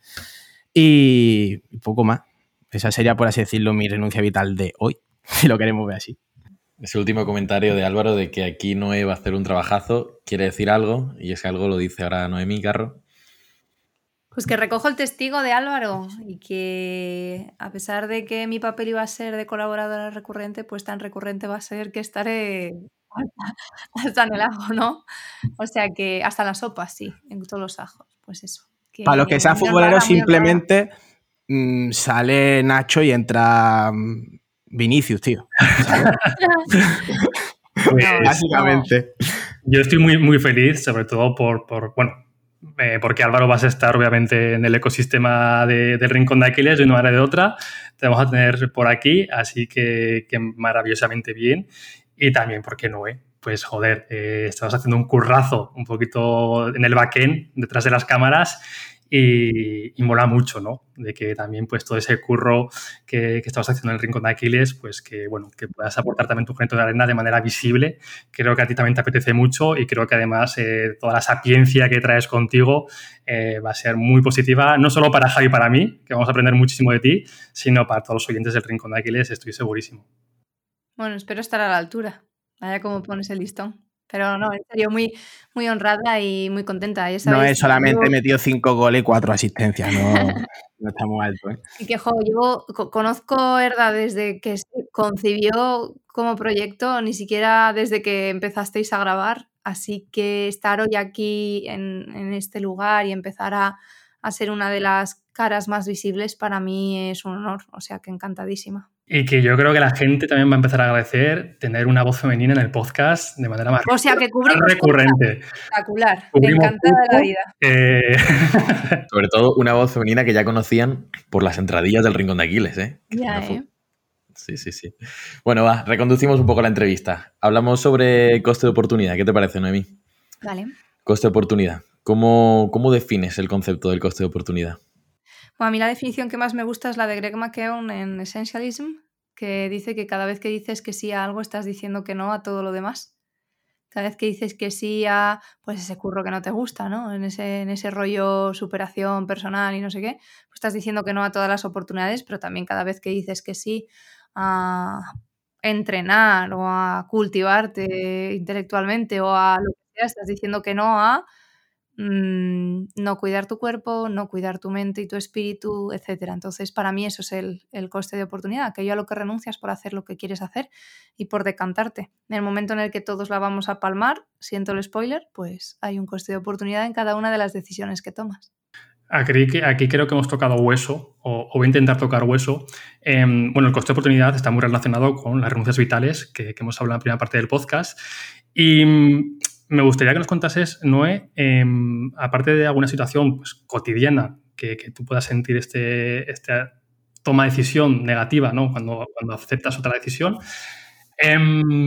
Y poco más. Esa sería, por así decirlo, mi renuncia vital de hoy, si lo queremos ver así. Ese último comentario de Álvaro de que aquí Noé va a hacer un trabajazo quiere decir algo, y ese algo lo dice ahora Noemí Carro. Pues que recojo el testigo de Álvaro y que a pesar de que mi papel iba a ser de colaboradora recurrente, pues tan recurrente va a ser que estaré hasta, hasta en el ajo, ¿no? O sea que hasta en la sopa, sí, en todos los ajos, pues eso. Que Para los que sean futboleros, simplemente mmm, sale Nacho y entra Vinicius, tío. Pues, Básicamente. Yo estoy muy, muy feliz, sobre todo por, por bueno, eh, porque Álvaro vas a estar obviamente en el ecosistema de, del Rincón de Aquiles de una manera o de otra. Te vamos a tener por aquí, así que, que maravillosamente bien. Y también, ¿por qué no? Eh? Pues joder, eh, estamos haciendo un currazo un poquito en el backend, detrás de las cámaras. Y, y mola mucho, ¿no? De que también pues todo ese curro que, que estabas haciendo en el Rincón de Aquiles, pues que, bueno, que puedas aportar también tu granito de arena de manera visible. Creo que a ti también te apetece mucho y creo que además eh, toda la sapiencia que traes contigo eh, va a ser muy positiva, no solo para Javi y para mí, que vamos a aprender muchísimo de ti, sino para todos los oyentes del Rincón de Aquiles, estoy segurísimo. Bueno, espero estar a la altura. Vaya como pones el listón. Pero no, en serio, muy, muy honrada y muy contenta. Ya No sabéis es que solamente llevo- metido cinco goles y cuatro asistencias, no, no está muy alto, ¿eh? Y que, jo, llevo, co- conozco Herda desde que se concibió como proyecto, ni siquiera desde que empezasteis a grabar. Así que estar hoy aquí en, en este lugar y empezar a, a ser una de las caras más visibles para mí es un honor. O sea que encantadísima. Y que yo creo que la gente también va a empezar a agradecer tener una voz femenina en el podcast de manera más O sea que cubrimos recurrente. espectacular. Cubrimos Encantada de la justo, vida. eh, Sobre todo una voz femenina que ya conocían por las entradillas del Rincón de Aquiles, ¿eh? Que Ya, no fue- ¿eh? Sí, sí, sí. Bueno, va, reconducimos un poco la entrevista. Hablamos sobre coste de oportunidad. ¿Qué te parece, Noemí? Vale. Coste de oportunidad. ¿Cómo, cómo defines el concepto del coste de oportunidad? Bueno, a mí la definición que más me gusta es la de Greg McKeown en Essentialism, que dice que cada vez que dices que sí a algo estás diciendo que no a todo lo demás. Cada vez que dices que sí a pues ese curro que no te gusta, ¿no? En ese, en ese rollo superación personal y no sé qué, pues estás diciendo que no a todas las oportunidades, pero también cada vez que dices que sí a entrenar o a cultivarte intelectualmente o a lo que sea, estás diciendo que no a mm, no cuidar tu cuerpo, no cuidar tu mente y tu espíritu, etcétera. Entonces, para mí eso es el, el coste de oportunidad, aquello a lo que renuncias por hacer lo que quieres hacer y por decantarte. En el momento en el que todos la vamos a palmar, siento el spoiler, pues hay un coste de oportunidad en cada una de las decisiones que tomas. Aquí, aquí creo que hemos tocado hueso, o, o voy a intentar tocar hueso. Eh, bueno, el coste de oportunidad está muy relacionado con las renuncias vitales que, que hemos hablado en la primera parte del podcast. Y mm, me gustaría que nos contases, Noé, eh, aparte de alguna situación pues, cotidiana que, que tú puedas sentir este, esta toma de decisión negativa, ¿no? Cuando, cuando aceptas otra decisión. Eh,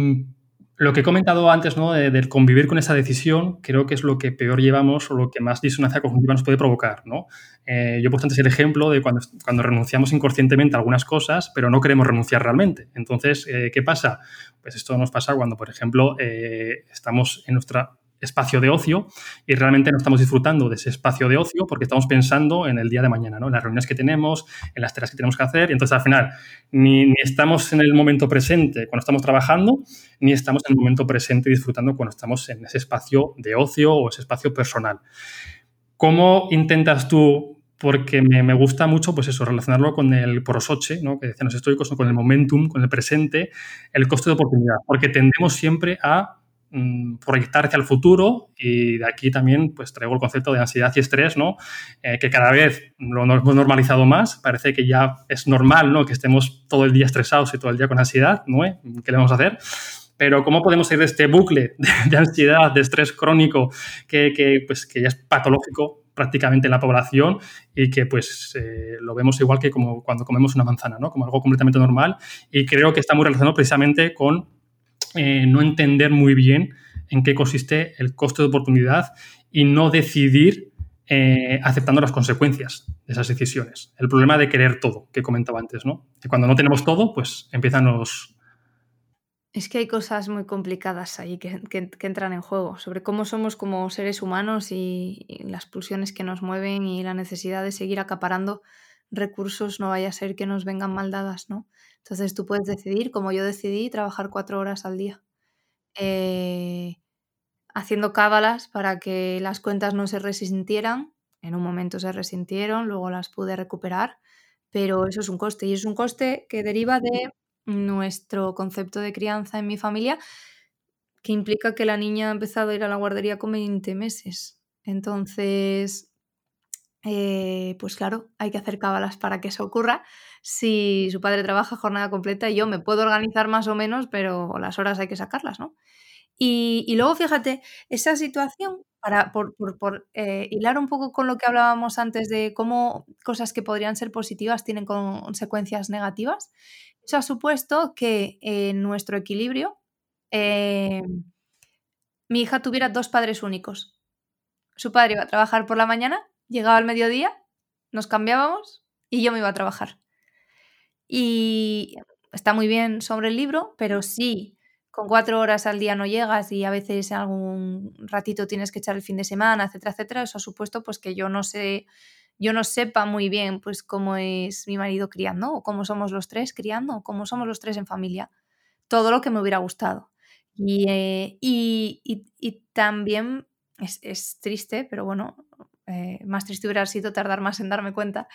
Lo que he comentado antes, ¿no? De, de convivir con esa decisión, creo que es lo que peor llevamos o lo que más disonancia cognitiva nos puede provocar, ¿no? Eh, yo he puesto antes el ejemplo de cuando, cuando renunciamos inconscientemente a algunas cosas, pero no queremos renunciar realmente. Entonces, eh, ¿qué pasa? Pues esto nos pasa cuando, por ejemplo, eh, estamos en nuestro espacio de ocio y realmente no estamos disfrutando de ese espacio de ocio porque estamos pensando en el día de mañana, ¿no? En las reuniones que tenemos, en las tareas que tenemos que hacer, y entonces al final ni, ni estamos en el momento presente cuando estamos trabajando, ni estamos en el momento presente disfrutando cuando estamos en ese espacio de ocio o ese espacio personal. ¿Cómo intentas tú? Porque me, me gusta mucho, pues eso, relacionarlo con el prosoche, ¿no? Que decían los estoicos, con el momentum, con el presente, el coste de oportunidad, porque tendemos siempre a proyectar hacia el futuro, y de aquí también pues traigo el concepto de ansiedad y estrés, ¿no? Eh, que cada vez lo hemos normalizado más, parece que ya es normal, ¿no? Que estemos todo el día estresados y todo el día con ansiedad, ¿no? ¿Qué le vamos a hacer? Pero ¿cómo podemos salir de este bucle de, de ansiedad, de estrés crónico que, que, pues, que ya es patológico prácticamente en la población y que pues eh, lo vemos igual que como cuando comemos una manzana, ¿no? Como algo completamente normal, y creo que está muy relacionado precisamente con Eh, no entender muy bien en qué consiste el coste de oportunidad y no decidir eh, aceptando las consecuencias de esas decisiones. El problema de querer todo, que comentaba antes, ¿no? Que cuando no tenemos todo, pues empiezan los... Es que hay cosas muy complicadas ahí que, que, que entran en juego, sobre cómo somos como seres humanos y, y las pulsiones que nos mueven y la necesidad de seguir acaparando recursos, no vaya a ser que nos vengan mal dadas, ¿no? Entonces tú puedes decidir, como yo decidí, trabajar cuatro horas al día, eh, haciendo cábalas para que las cuentas no se resintieran. En un momento se resintieron, luego las pude recuperar, pero eso es un coste, y es un coste que deriva de nuestro concepto de crianza en mi familia, que implica que la niña ha empezado a ir a la guardería con veinte meses. Entonces, eh, pues claro, hay que hacer cábalas para que eso ocurra. Si su padre trabaja jornada completa, yo me puedo organizar más o menos, pero las horas hay que sacarlas, ¿no? Y, y luego, fíjate, esa situación, para, por, por- por, eh, hilar un poco con lo que hablábamos antes de cómo cosas que podrían ser positivas tienen consecuencias negativas, eso ha supuesto que en nuestro equilibrio eh, mi hija tuviera dos padres únicos. Su padre iba a trabajar por la mañana, llegaba al mediodía, nos cambiábamos y yo me iba a trabajar. Y está muy bien sobre el libro, pero si con cuatro horas al día no llegas y a veces algún ratito tienes que echar el fin de semana, etcétera, etcétera, eso ha supuesto pues que yo no sé, yo no sepa muy bien pues cómo es mi marido criando, o cómo somos los tres criando, o cómo somos los tres en familia. Todo lo que me hubiera gustado. Y, eh, y- y- y también es, es triste, pero bueno, eh, más triste hubiera sido tardar más en darme cuenta,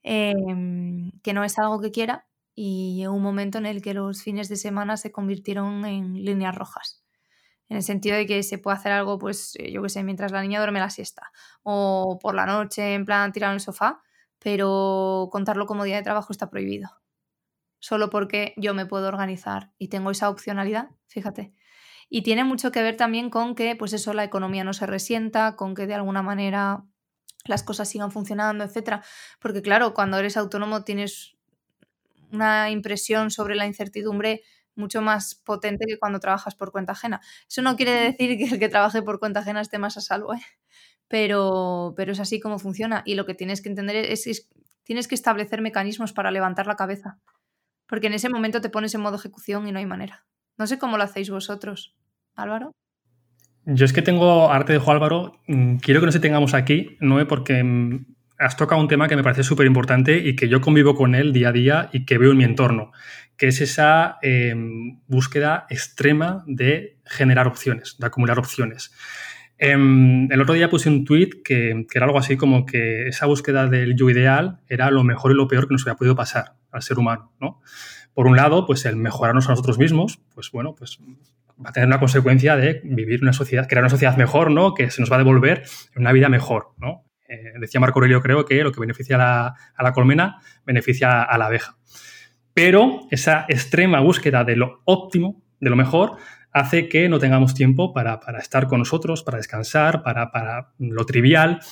em, que no es algo que quiera, y llegó un momento en el que los fines de semana se convirtieron en líneas rojas. En el sentido de que se puede hacer algo, pues, eh, yo qué sé, mientras la niña duerme la siesta. O por la noche, en plan, tirado en el sofá. Pero contarlo como día de trabajo está prohibido. Solo porque yo me puedo organizar y tengo esa opcionalidad, fíjate. Y tiene mucho que ver también con que, pues eso, la economía no se resienta, con que de alguna manera las cosas sigan funcionando, etcétera. Porque claro, cuando eres autónomo tienes una impresión sobre la incertidumbre mucho más potente que cuando trabajas por cuenta ajena. Eso no quiere decir que el que trabaje por cuenta ajena esté más a salvo, ¿eh? Pero, pero es así como funciona. Y lo que tienes que entender es que tienes que establecer mecanismos para levantar la cabeza. Porque en ese momento te pones en modo ejecución y no hay manera. No sé cómo lo hacéis vosotros, Álvaro. Yo es que tengo, ahora te dejo Álvaro, mm, quiero que nos tengamos aquí, Noé, porque mm, has tocado un tema que me parece súper importante y que yo convivo con él día a día y que veo en mi entorno, que es esa eh, búsqueda extrema de generar opciones, de acumular opciones. Em, el otro día puse un tweet que, que era algo así como que esa búsqueda del yo ideal era lo mejor y lo peor que nos había podido pasar al ser humano, ¿no? Por un lado, pues el mejorarnos a nosotros mismos, pues bueno, pues va a tener una consecuencia de vivir una sociedad, crear una sociedad mejor, ¿no? Que se nos va a devolver una vida mejor, ¿no? Eh, decía Marco Aurelio, creo que lo que beneficia a la, a la colmena beneficia a la abeja. Pero esa extrema búsqueda de lo óptimo, de lo mejor, hace que no tengamos tiempo para, para estar con nosotros, para descansar, para, para lo trivial,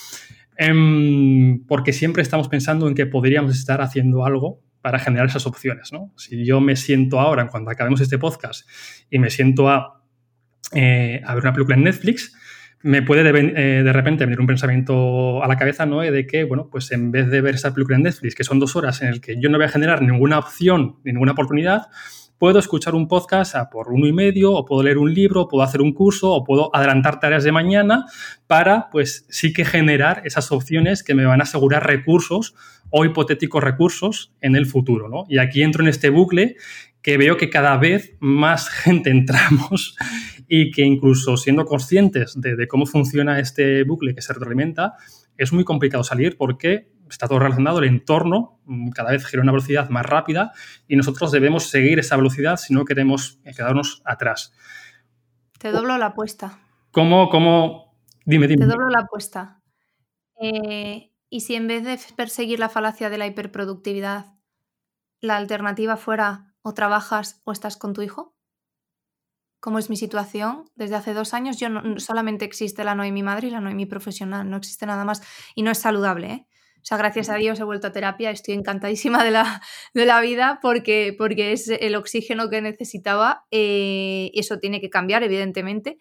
eh, porque siempre estamos pensando en que podríamos estar haciendo algo para generar esas opciones, ¿no? Si yo me siento ahora, cuando acabemos este podcast, y me siento a, eh, a ver una película en Netflix, me puede de, eh, de repente venir un pensamiento a la cabeza, ¿no? De que, bueno, pues en vez de ver esa película en Netflix, que son dos horas en el que yo no voy a generar ninguna opción, ninguna oportunidad, puedo escuchar un podcast a por uno y medio, o puedo leer un libro, puedo hacer un curso, o puedo adelantar tareas de mañana para, pues, sí que generar esas opciones que me van a asegurar recursos o hipotéticos recursos en el futuro, ¿no? Y aquí entro en este bucle que veo que cada vez más gente entramos y que incluso siendo conscientes de, de cómo funciona este bucle que se retroalimenta, es muy complicado salir porque está todo relacionado, el entorno cada vez gira a una velocidad más rápida y nosotros debemos seguir esa velocidad si no queremos quedarnos atrás. Te doblo la apuesta. ¿Cómo, cómo? Dime, dime. Te doblo la apuesta. Eh, ¿y si en vez de perseguir la falacia de la hiperproductividad, la alternativa fuera o trabajas o estás con tu hijo? ¿Cómo es mi situación? Desde hace dos años yo no, solamente existe la Noemi madre y la Noemi profesional, no existe nada más y no es saludable, ¿eh? O sea, gracias a Dios he vuelto a terapia, estoy encantadísima de la, de la vida porque, porque es el oxígeno que necesitaba, eh, eso tiene que cambiar, evidentemente,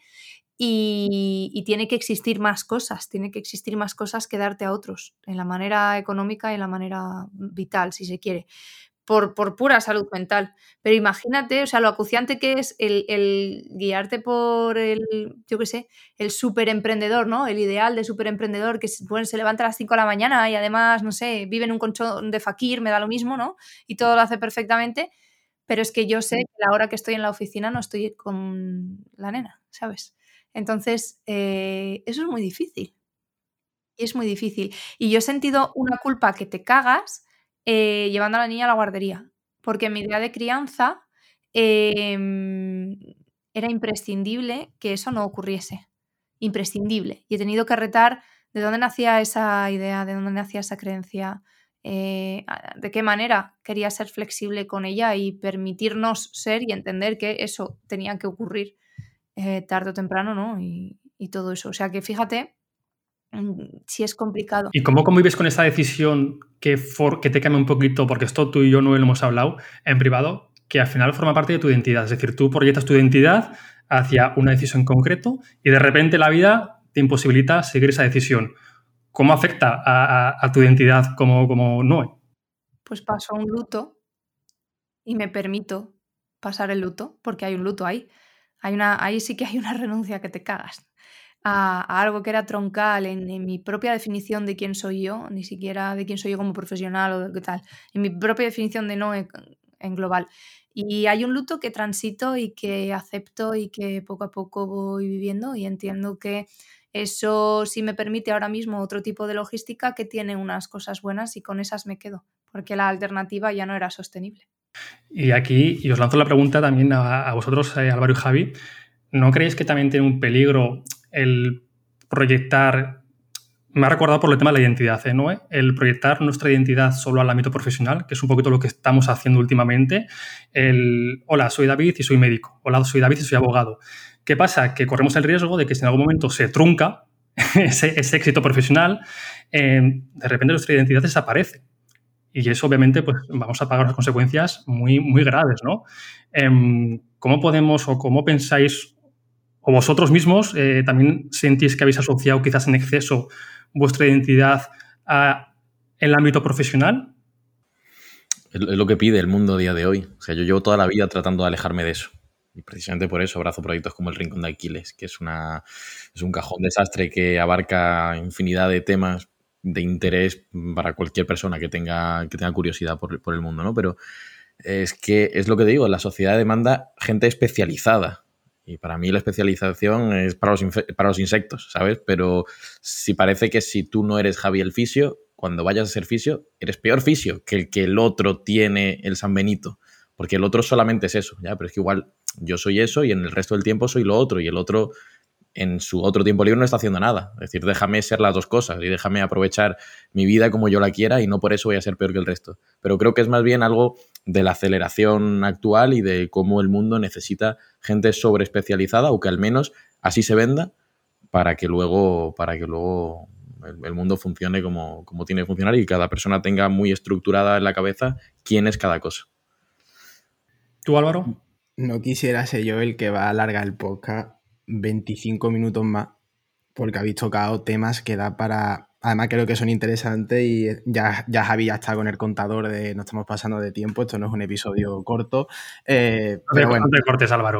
y, y tiene que existir más cosas, tiene que existir más cosas que darte a otros, en la manera económica y en la manera vital, si se quiere. Por, por pura salud mental. Pero imagínate, o sea, lo acuciante que es el, el guiarte por el, yo qué sé, el súper emprendedor, ¿no? El ideal de súper emprendedor que bueno, se levanta a las cinco de la mañana y además, no sé, vive en un colchón de fakir, me da lo mismo, ¿no? Y todo lo hace perfectamente, pero es que yo sé que la hora que estoy en la oficina no estoy con la nena, ¿sabes? Entonces, eh, eso es muy difícil. Y es muy difícil. Y yo he sentido una culpa que te cagas eh, llevando a la niña a la guardería, porque en mi idea de crianza eh, era imprescindible que eso no ocurriese. Imprescindible. Y he tenido que retar ¿De dónde nacía esa idea? ¿De dónde nacía esa creencia? Eh, ¿De qué manera quería ser flexible con ella y permitirnos ser y entender que eso tenía que ocurrir eh, tarde o temprano, ¿no? Y, y todo eso. O sea que fíjate si es complicado. ¿Y cómo convives con esa decisión que, for, que te cambia un poquito, porque esto tú y yo no lo hemos hablado en privado, que al final forma parte de tu identidad? Es decir, tú proyectas tu identidad hacia una decisión en concreto y de repente la vida te imposibilita seguir esa decisión. ¿Cómo afecta a, a, a tu identidad como, como Noé? Pues paso un luto y me permito pasar el luto, porque hay un luto ahí. Hay una, ahí sí que hay una renuncia que te cagas. A, a algo que era troncal en, en mi propia definición de quién soy yo, ni siquiera de quién soy yo como profesional o de qué tal, en mi propia definición de no en, en global. Y hay un luto que transito y que acepto y que poco a poco voy viviendo y entiendo que eso sí me permite ahora mismo otro tipo de logística que tiene unas cosas buenas y con esas me quedo, porque la alternativa ya no era sostenible. Y aquí, y os lanzo la pregunta también a, a vosotros, eh, Álvaro y Javi, ¿no creéis que también tiene un peligro el proyectar, me ha recordado por el tema de la identidad, ¿eh, Noé? El proyectar nuestra identidad solo al ámbito profesional, que es un poquito lo que estamos haciendo últimamente. El, hola, soy David y soy médico. Hola, soy David y soy abogado. ¿Qué pasa? Que corremos el riesgo de que si en algún momento se trunca ese, ese éxito profesional, eh, de repente nuestra identidad desaparece. Y eso, obviamente, pues vamos a pagar unas consecuencias muy, muy graves, ¿no? Eh, ¿Cómo podemos o cómo pensáis, o vosotros mismos eh, también sentís que habéis asociado quizás en exceso vuestra identidad a el ámbito profesional? Es lo que pide el mundo a día de hoy. O sea, yo llevo toda la vida tratando de alejarme de eso. Y precisamente por eso abrazo proyectos como el Rincón de Aquiles, que es, una, es un cajón desastre que abarca infinidad de temas de interés para cualquier persona que tenga, que tenga curiosidad por, por el mundo, ¿no? Pero es que es lo que digo, la sociedad demanda gente especializada. Y para mí la especialización es para los, para los insectos, ¿sabes? Pero si parece que si tú no eres Javi el fisio, cuando vayas a ser fisio, eres peor fisio que el que el otro tiene el San Benito. Porque el otro solamente es eso, ¿ya? Pero es que igual yo soy eso y en el resto del tiempo soy lo otro. Y el otro en su otro tiempo libre no está haciendo nada. Es decir, déjame ser las dos cosas y déjame aprovechar mi vida como yo la quiera y no por eso voy a ser peor que el resto. Pero creo que es más bien algo de la aceleración actual y de cómo el mundo necesita gente sobreespecializada o que al menos así se venda para que luego, para que luego el, el mundo funcione como, como tiene que funcionar y cada persona tenga muy estructurada en la cabeza quién es cada cosa. ¿Tú, Álvaro? No quisiera ser yo el que va a alargar el podcast veinticinco minutos más, porque habéis tocado temas que da para... Además creo que son interesantes y ya, ya Javi ya está con el contador de no estamos pasando de tiempo, esto no es un episodio corto. Eh, no, pero te, bueno. no te cortes, Álvaro.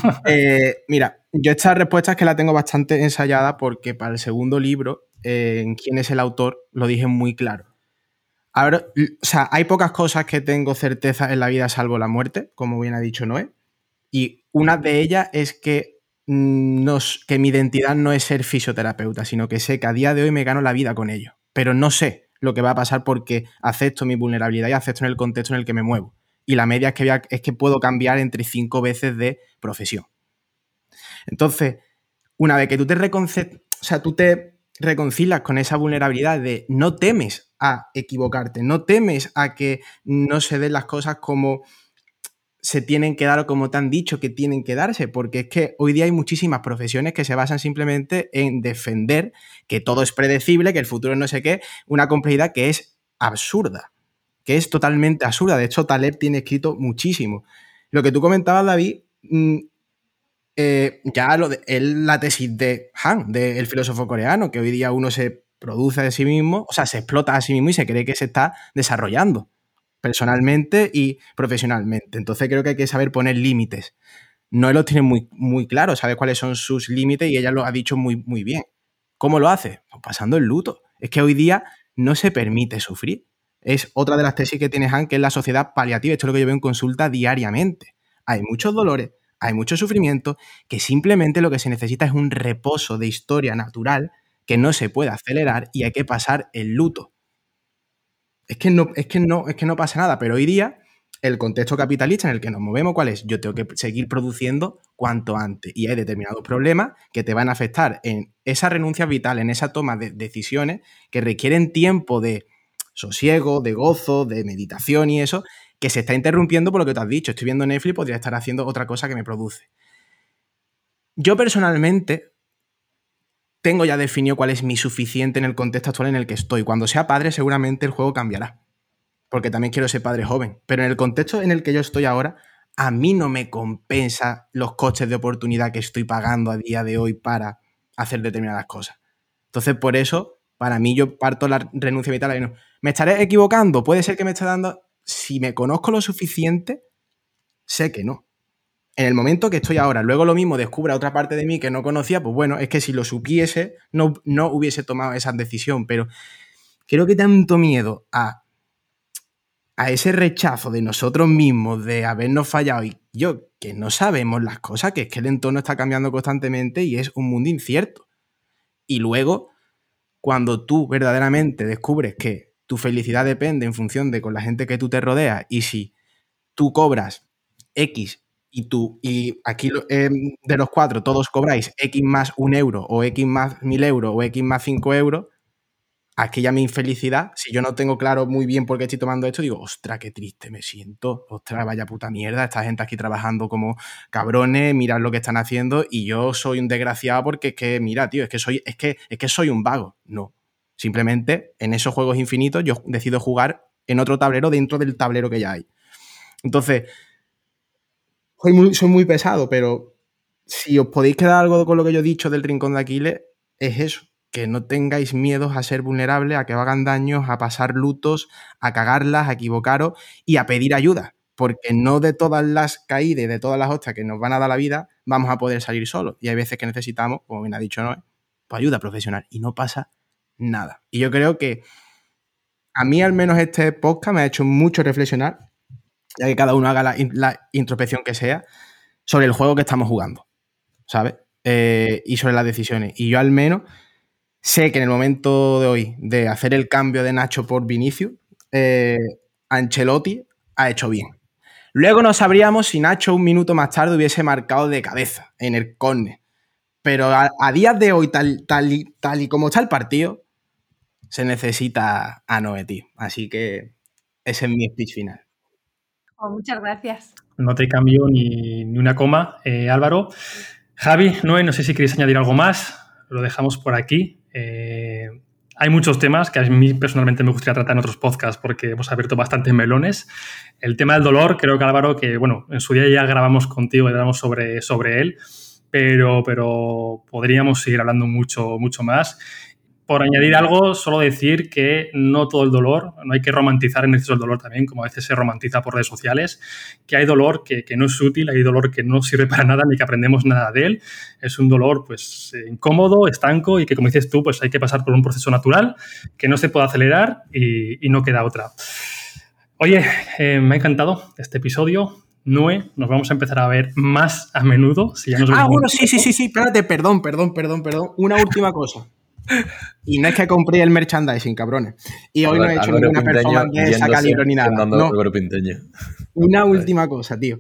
eh, mira, yo estas respuestas que la tengo bastante ensayada porque para el segundo libro, eh, en quién es el autor, lo dije muy claro. Ahora, o sea, hay pocas cosas que tengo certeza en la vida salvo la muerte, como bien ha dicho Noé, y una de ellas es que No, que mi identidad no es ser fisioterapeuta, sino que sé que a día de hoy me gano la vida con ello, pero no sé lo que va a pasar porque acepto mi vulnerabilidad y acepto en el contexto en el que me muevo. Y la media es que, a, es que puedo cambiar entre cinco veces de profesión. Entonces, una vez que tú te, reconce- o sea, tú te reconcilias con esa vulnerabilidad de no temes a equivocarte, no temes a que no se den las cosas como se tienen que dar o como te han dicho que tienen que darse, porque es que hoy día hay muchísimas profesiones que se basan simplemente en defender que todo es predecible, que el futuro no sé qué, una complejidad que es absurda, que es totalmente absurda. De hecho, Taleb tiene escrito muchísimo. Lo que tú comentabas, David, eh, ya lo de, él, la tesis de Han, del filósofo coreano, que hoy día uno se produce de sí mismo, o sea, se explota a sí mismo y se cree que se está desarrollando personalmente y profesionalmente. Entonces creo que hay que saber poner límites. No lo tiene muy, muy claro, sabe cuáles son sus límites y ella lo ha dicho muy, muy bien. ¿Cómo lo hace? Pues pasando el luto. Es que hoy día no se permite sufrir. Es otra de las tesis que tiene Han, que es la sociedad paliativa. Esto es lo que yo veo en consulta diariamente. Hay muchos dolores, hay mucho sufrimiento, que simplemente lo que se necesita es un reposo de historia natural que no se puede acelerar y hay que pasar el luto. Es que, no, es, que no, es que no pasa nada, pero hoy día el contexto capitalista en el que nos movemos, ¿cuál es? Yo tengo que seguir produciendo cuanto antes. Y hay determinados problemas que te van a afectar en esa renuncia vital, en esa toma de decisiones que requieren tiempo de sosiego, de gozo, de meditación y eso, que se está interrumpiendo por lo que te has dicho. Estoy viendo Netflix, podría estar haciendo otra cosa que me produce. Yo personalmente tengo ya definido cuál es mi suficiente en el contexto actual en el que estoy. Cuando sea padre seguramente el juego cambiará, porque también quiero ser padre joven. Pero en el contexto en el que yo estoy ahora, a mí no me compensa los costes de oportunidad que estoy pagando a día de hoy para hacer determinadas cosas. Entonces, por eso, para mí yo parto la renuncia vital. No. ¿Me estaré equivocando? Puede ser que me esté dando... Si me conozco lo suficiente, sé que no. En el momento que estoy ahora, luego lo mismo descubra otra parte de mí que no conocía, pues bueno, es que si lo supiese, no, no hubiese tomado esa decisión. Pero creo que tanto miedo a a ese rechazo de nosotros mismos, de habernos fallado y yo, que no sabemos las cosas, que es que el entorno está cambiando constantemente y es un mundo incierto. Y luego, cuando tú verdaderamente descubres que tu felicidad depende en función de con la gente que tú te rodeas y si tú cobras X y tú, y aquí eh, de los cuatro todos cobráis X más un euro o X más mil euros o X más cinco euros, aquí ya mi infelicidad, si yo no tengo claro muy bien por qué estoy tomando esto, digo, ostras, qué triste me siento, ostras, vaya puta mierda, esta gente aquí trabajando como cabrones, mirad lo que están haciendo y yo soy un desgraciado porque es que, mira, tío, es que soy, es que, es que soy un vago. No, simplemente en esos juegos infinitos yo decido jugar en otro tablero dentro del tablero que ya hay. Entonces, soy muy, soy muy pesado, pero si os podéis quedar algo con lo que yo he dicho del Rincón de Aquiles, es eso. Que no tengáis miedos a ser vulnerables, a que os hagan daños, a pasar lutos, a cagarlas, a equivocaros y a pedir ayuda. Porque no de todas las caídas, de todas las hostias que nos van a dar la vida, vamos a poder salir solos. Y hay veces que necesitamos, como bien ha dicho Noé, pues ayuda profesional. Y no pasa nada. Y yo creo que a mí al menos este podcast me ha hecho mucho reflexionar, ya que cada uno haga la, la introspección que sea, sobre el juego que estamos jugando, ¿sabes? Eh, y sobre las decisiones. Y yo al menos... sé que en el momento de hoy de hacer el cambio de Nacho por Vinicius, eh, Ancelotti ha hecho bien. Luego no sabríamos si Nacho un minuto más tarde hubiese marcado de cabeza en el córner. Pero a, a días de hoy, tal, tal, y, tal y como está el partido, se necesita a Noé, tío. Así que ese es mi speech final. Oh, muchas gracias. No te cambio ni, ni una coma, eh, Álvaro. Javi, Noé, no sé si queréis añadir algo más. Lo dejamos por aquí. Eh, hay muchos temas que a mí personalmente me gustaría tratar en otros podcasts porque hemos abierto bastantes melones. El tema del dolor, creo que Álvaro, que bueno, en su día ya grabamos contigo y hablamos sobre, sobre él, pero, pero podríamos seguir hablando mucho, mucho más. Por añadir algo, solo decir que no todo el dolor, no hay que romantizar en exceso el dolor también, como a veces se romantiza por redes sociales, que hay dolor que, que no es útil, hay dolor que no sirve para nada ni que aprendemos nada de él. Es un dolor pues incómodo, estanco y que, como dices tú, pues hay que pasar por un proceso natural que no se puede acelerar y, y no queda otra. Oye, eh, me ha encantado este episodio. Noé, nos vamos a empezar a ver más a menudo. Si ya nos ah, bueno, sí, sí, sí, sí, espérate, perdón, perdón, perdón, perdón. Una última cosa. Y no es que compré el merchandising, cabrones. Y hoy Álvaro, no he hecho Álvaro ninguna Pinteño performance de sacar libros ni nada. No. Una última cosa, tío.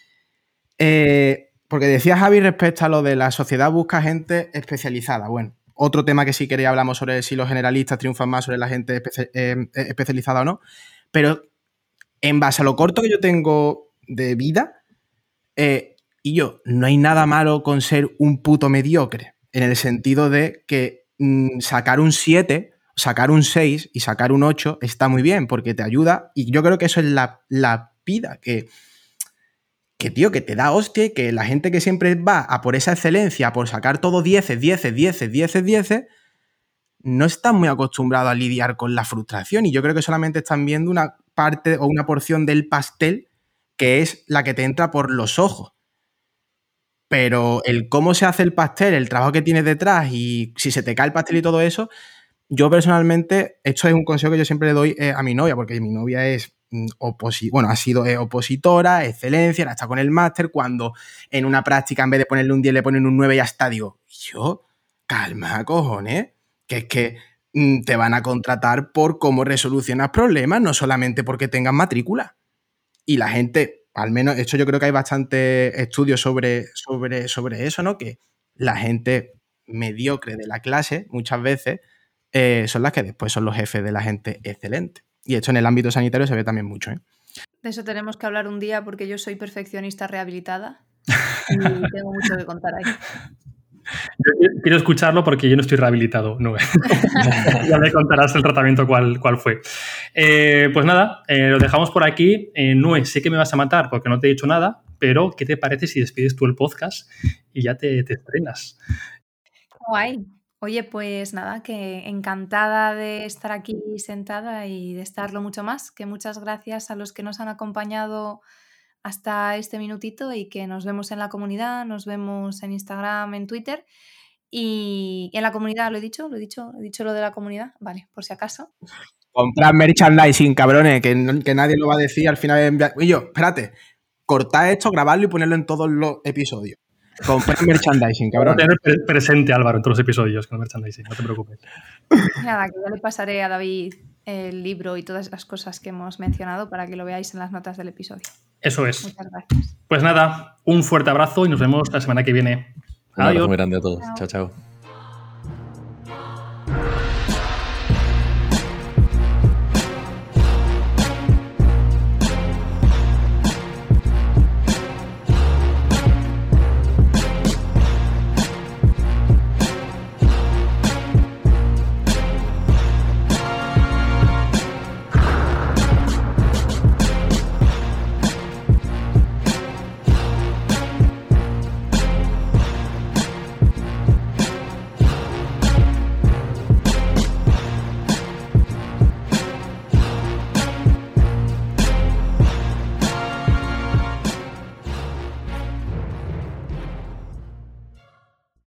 Eh, porque decía Javi respecto a lo de la sociedad busca gente especializada. Bueno, otro tema que sí quería hablamos sobre si los generalistas triunfan más sobre la gente espe eh, especializada o no. Pero en base a lo corto que yo tengo de vida, eh, y yo, no hay nada malo con ser un puto mediocre. En el sentido de que sacar un siete, sacar un seis y sacar un ocho está muy bien porque te ayuda y yo creo que eso es la, la vida que, que, tío, que te da hostia y que la gente que siempre va a por esa excelencia, por sacar todo diez, diez, diez, diez, diez, no está muy acostumbrado a lidiar con la frustración y yo creo que solamente están viendo una parte o una porción del pastel que es la que te entra por los ojos. Pero el cómo se hace el pastel, el trabajo que tienes detrás y si se te cae el pastel y todo eso, yo personalmente, esto es un consejo que yo siempre le doy eh, a mi novia, porque mi novia es mm, oposi bueno, ha sido eh, opositora, excelencia, está con el máster, cuando en una práctica en vez de ponerle un diez le ponen un nueve y ya está, digo, yo, calma, cojones, que es que mm, te van a contratar por cómo resolucionas problemas, no solamente porque tengas matrícula. Y la gente, al menos, de hecho yo creo que hay bastantes estudios sobre, sobre, sobre eso, ¿no? Que la gente mediocre de la clase, muchas veces, eh, son las que después son los jefes de la gente excelente. Y esto en el ámbito sanitario se ve también mucho, ¿eh? De eso tenemos que hablar un día porque yo soy perfeccionista rehabilitada y tengo mucho que contar ahí. Yo quiero escucharlo porque yo no estoy rehabilitado, no. Ya me contarás el tratamiento cuál, cuál fue. Eh, pues nada, eh, lo dejamos por aquí. Eh, Noé, sé que me vas a matar porque no te he dicho nada, pero ¿qué te parece si despides tú el podcast y ya te, te estrenas? Guay. Oye, pues nada, que encantada de estar aquí sentada y de estarlo mucho más, que muchas gracias a los que nos han acompañado hasta este minutito y que nos vemos en la comunidad, nos vemos en Instagram, en Twitter y en la comunidad, ¿lo he dicho? ¿Lo he dicho? ¿He dicho lo de la comunidad? Vale, por si acaso. Comprad merchandising, cabrones, que, no- que nadie lo va a decir al final. envia- Y yo, espérate, cortad esto, grabadlo y ponerlo en todos los episodios. Comprad merchandising, Ahora cabrones. tener pre- presente, Álvaro, en todos los episodios con el merchandising, no te preocupes. Nada, que ya le pasaré a David el libro y todas las cosas que hemos mencionado para que lo veáis en las notas del episodio. Eso es. Muchas gracias. Pues nada, un fuerte abrazo y nos vemos la semana que viene. Un abrazo Adiós. muy grande a todos. Chao. Chao, chao.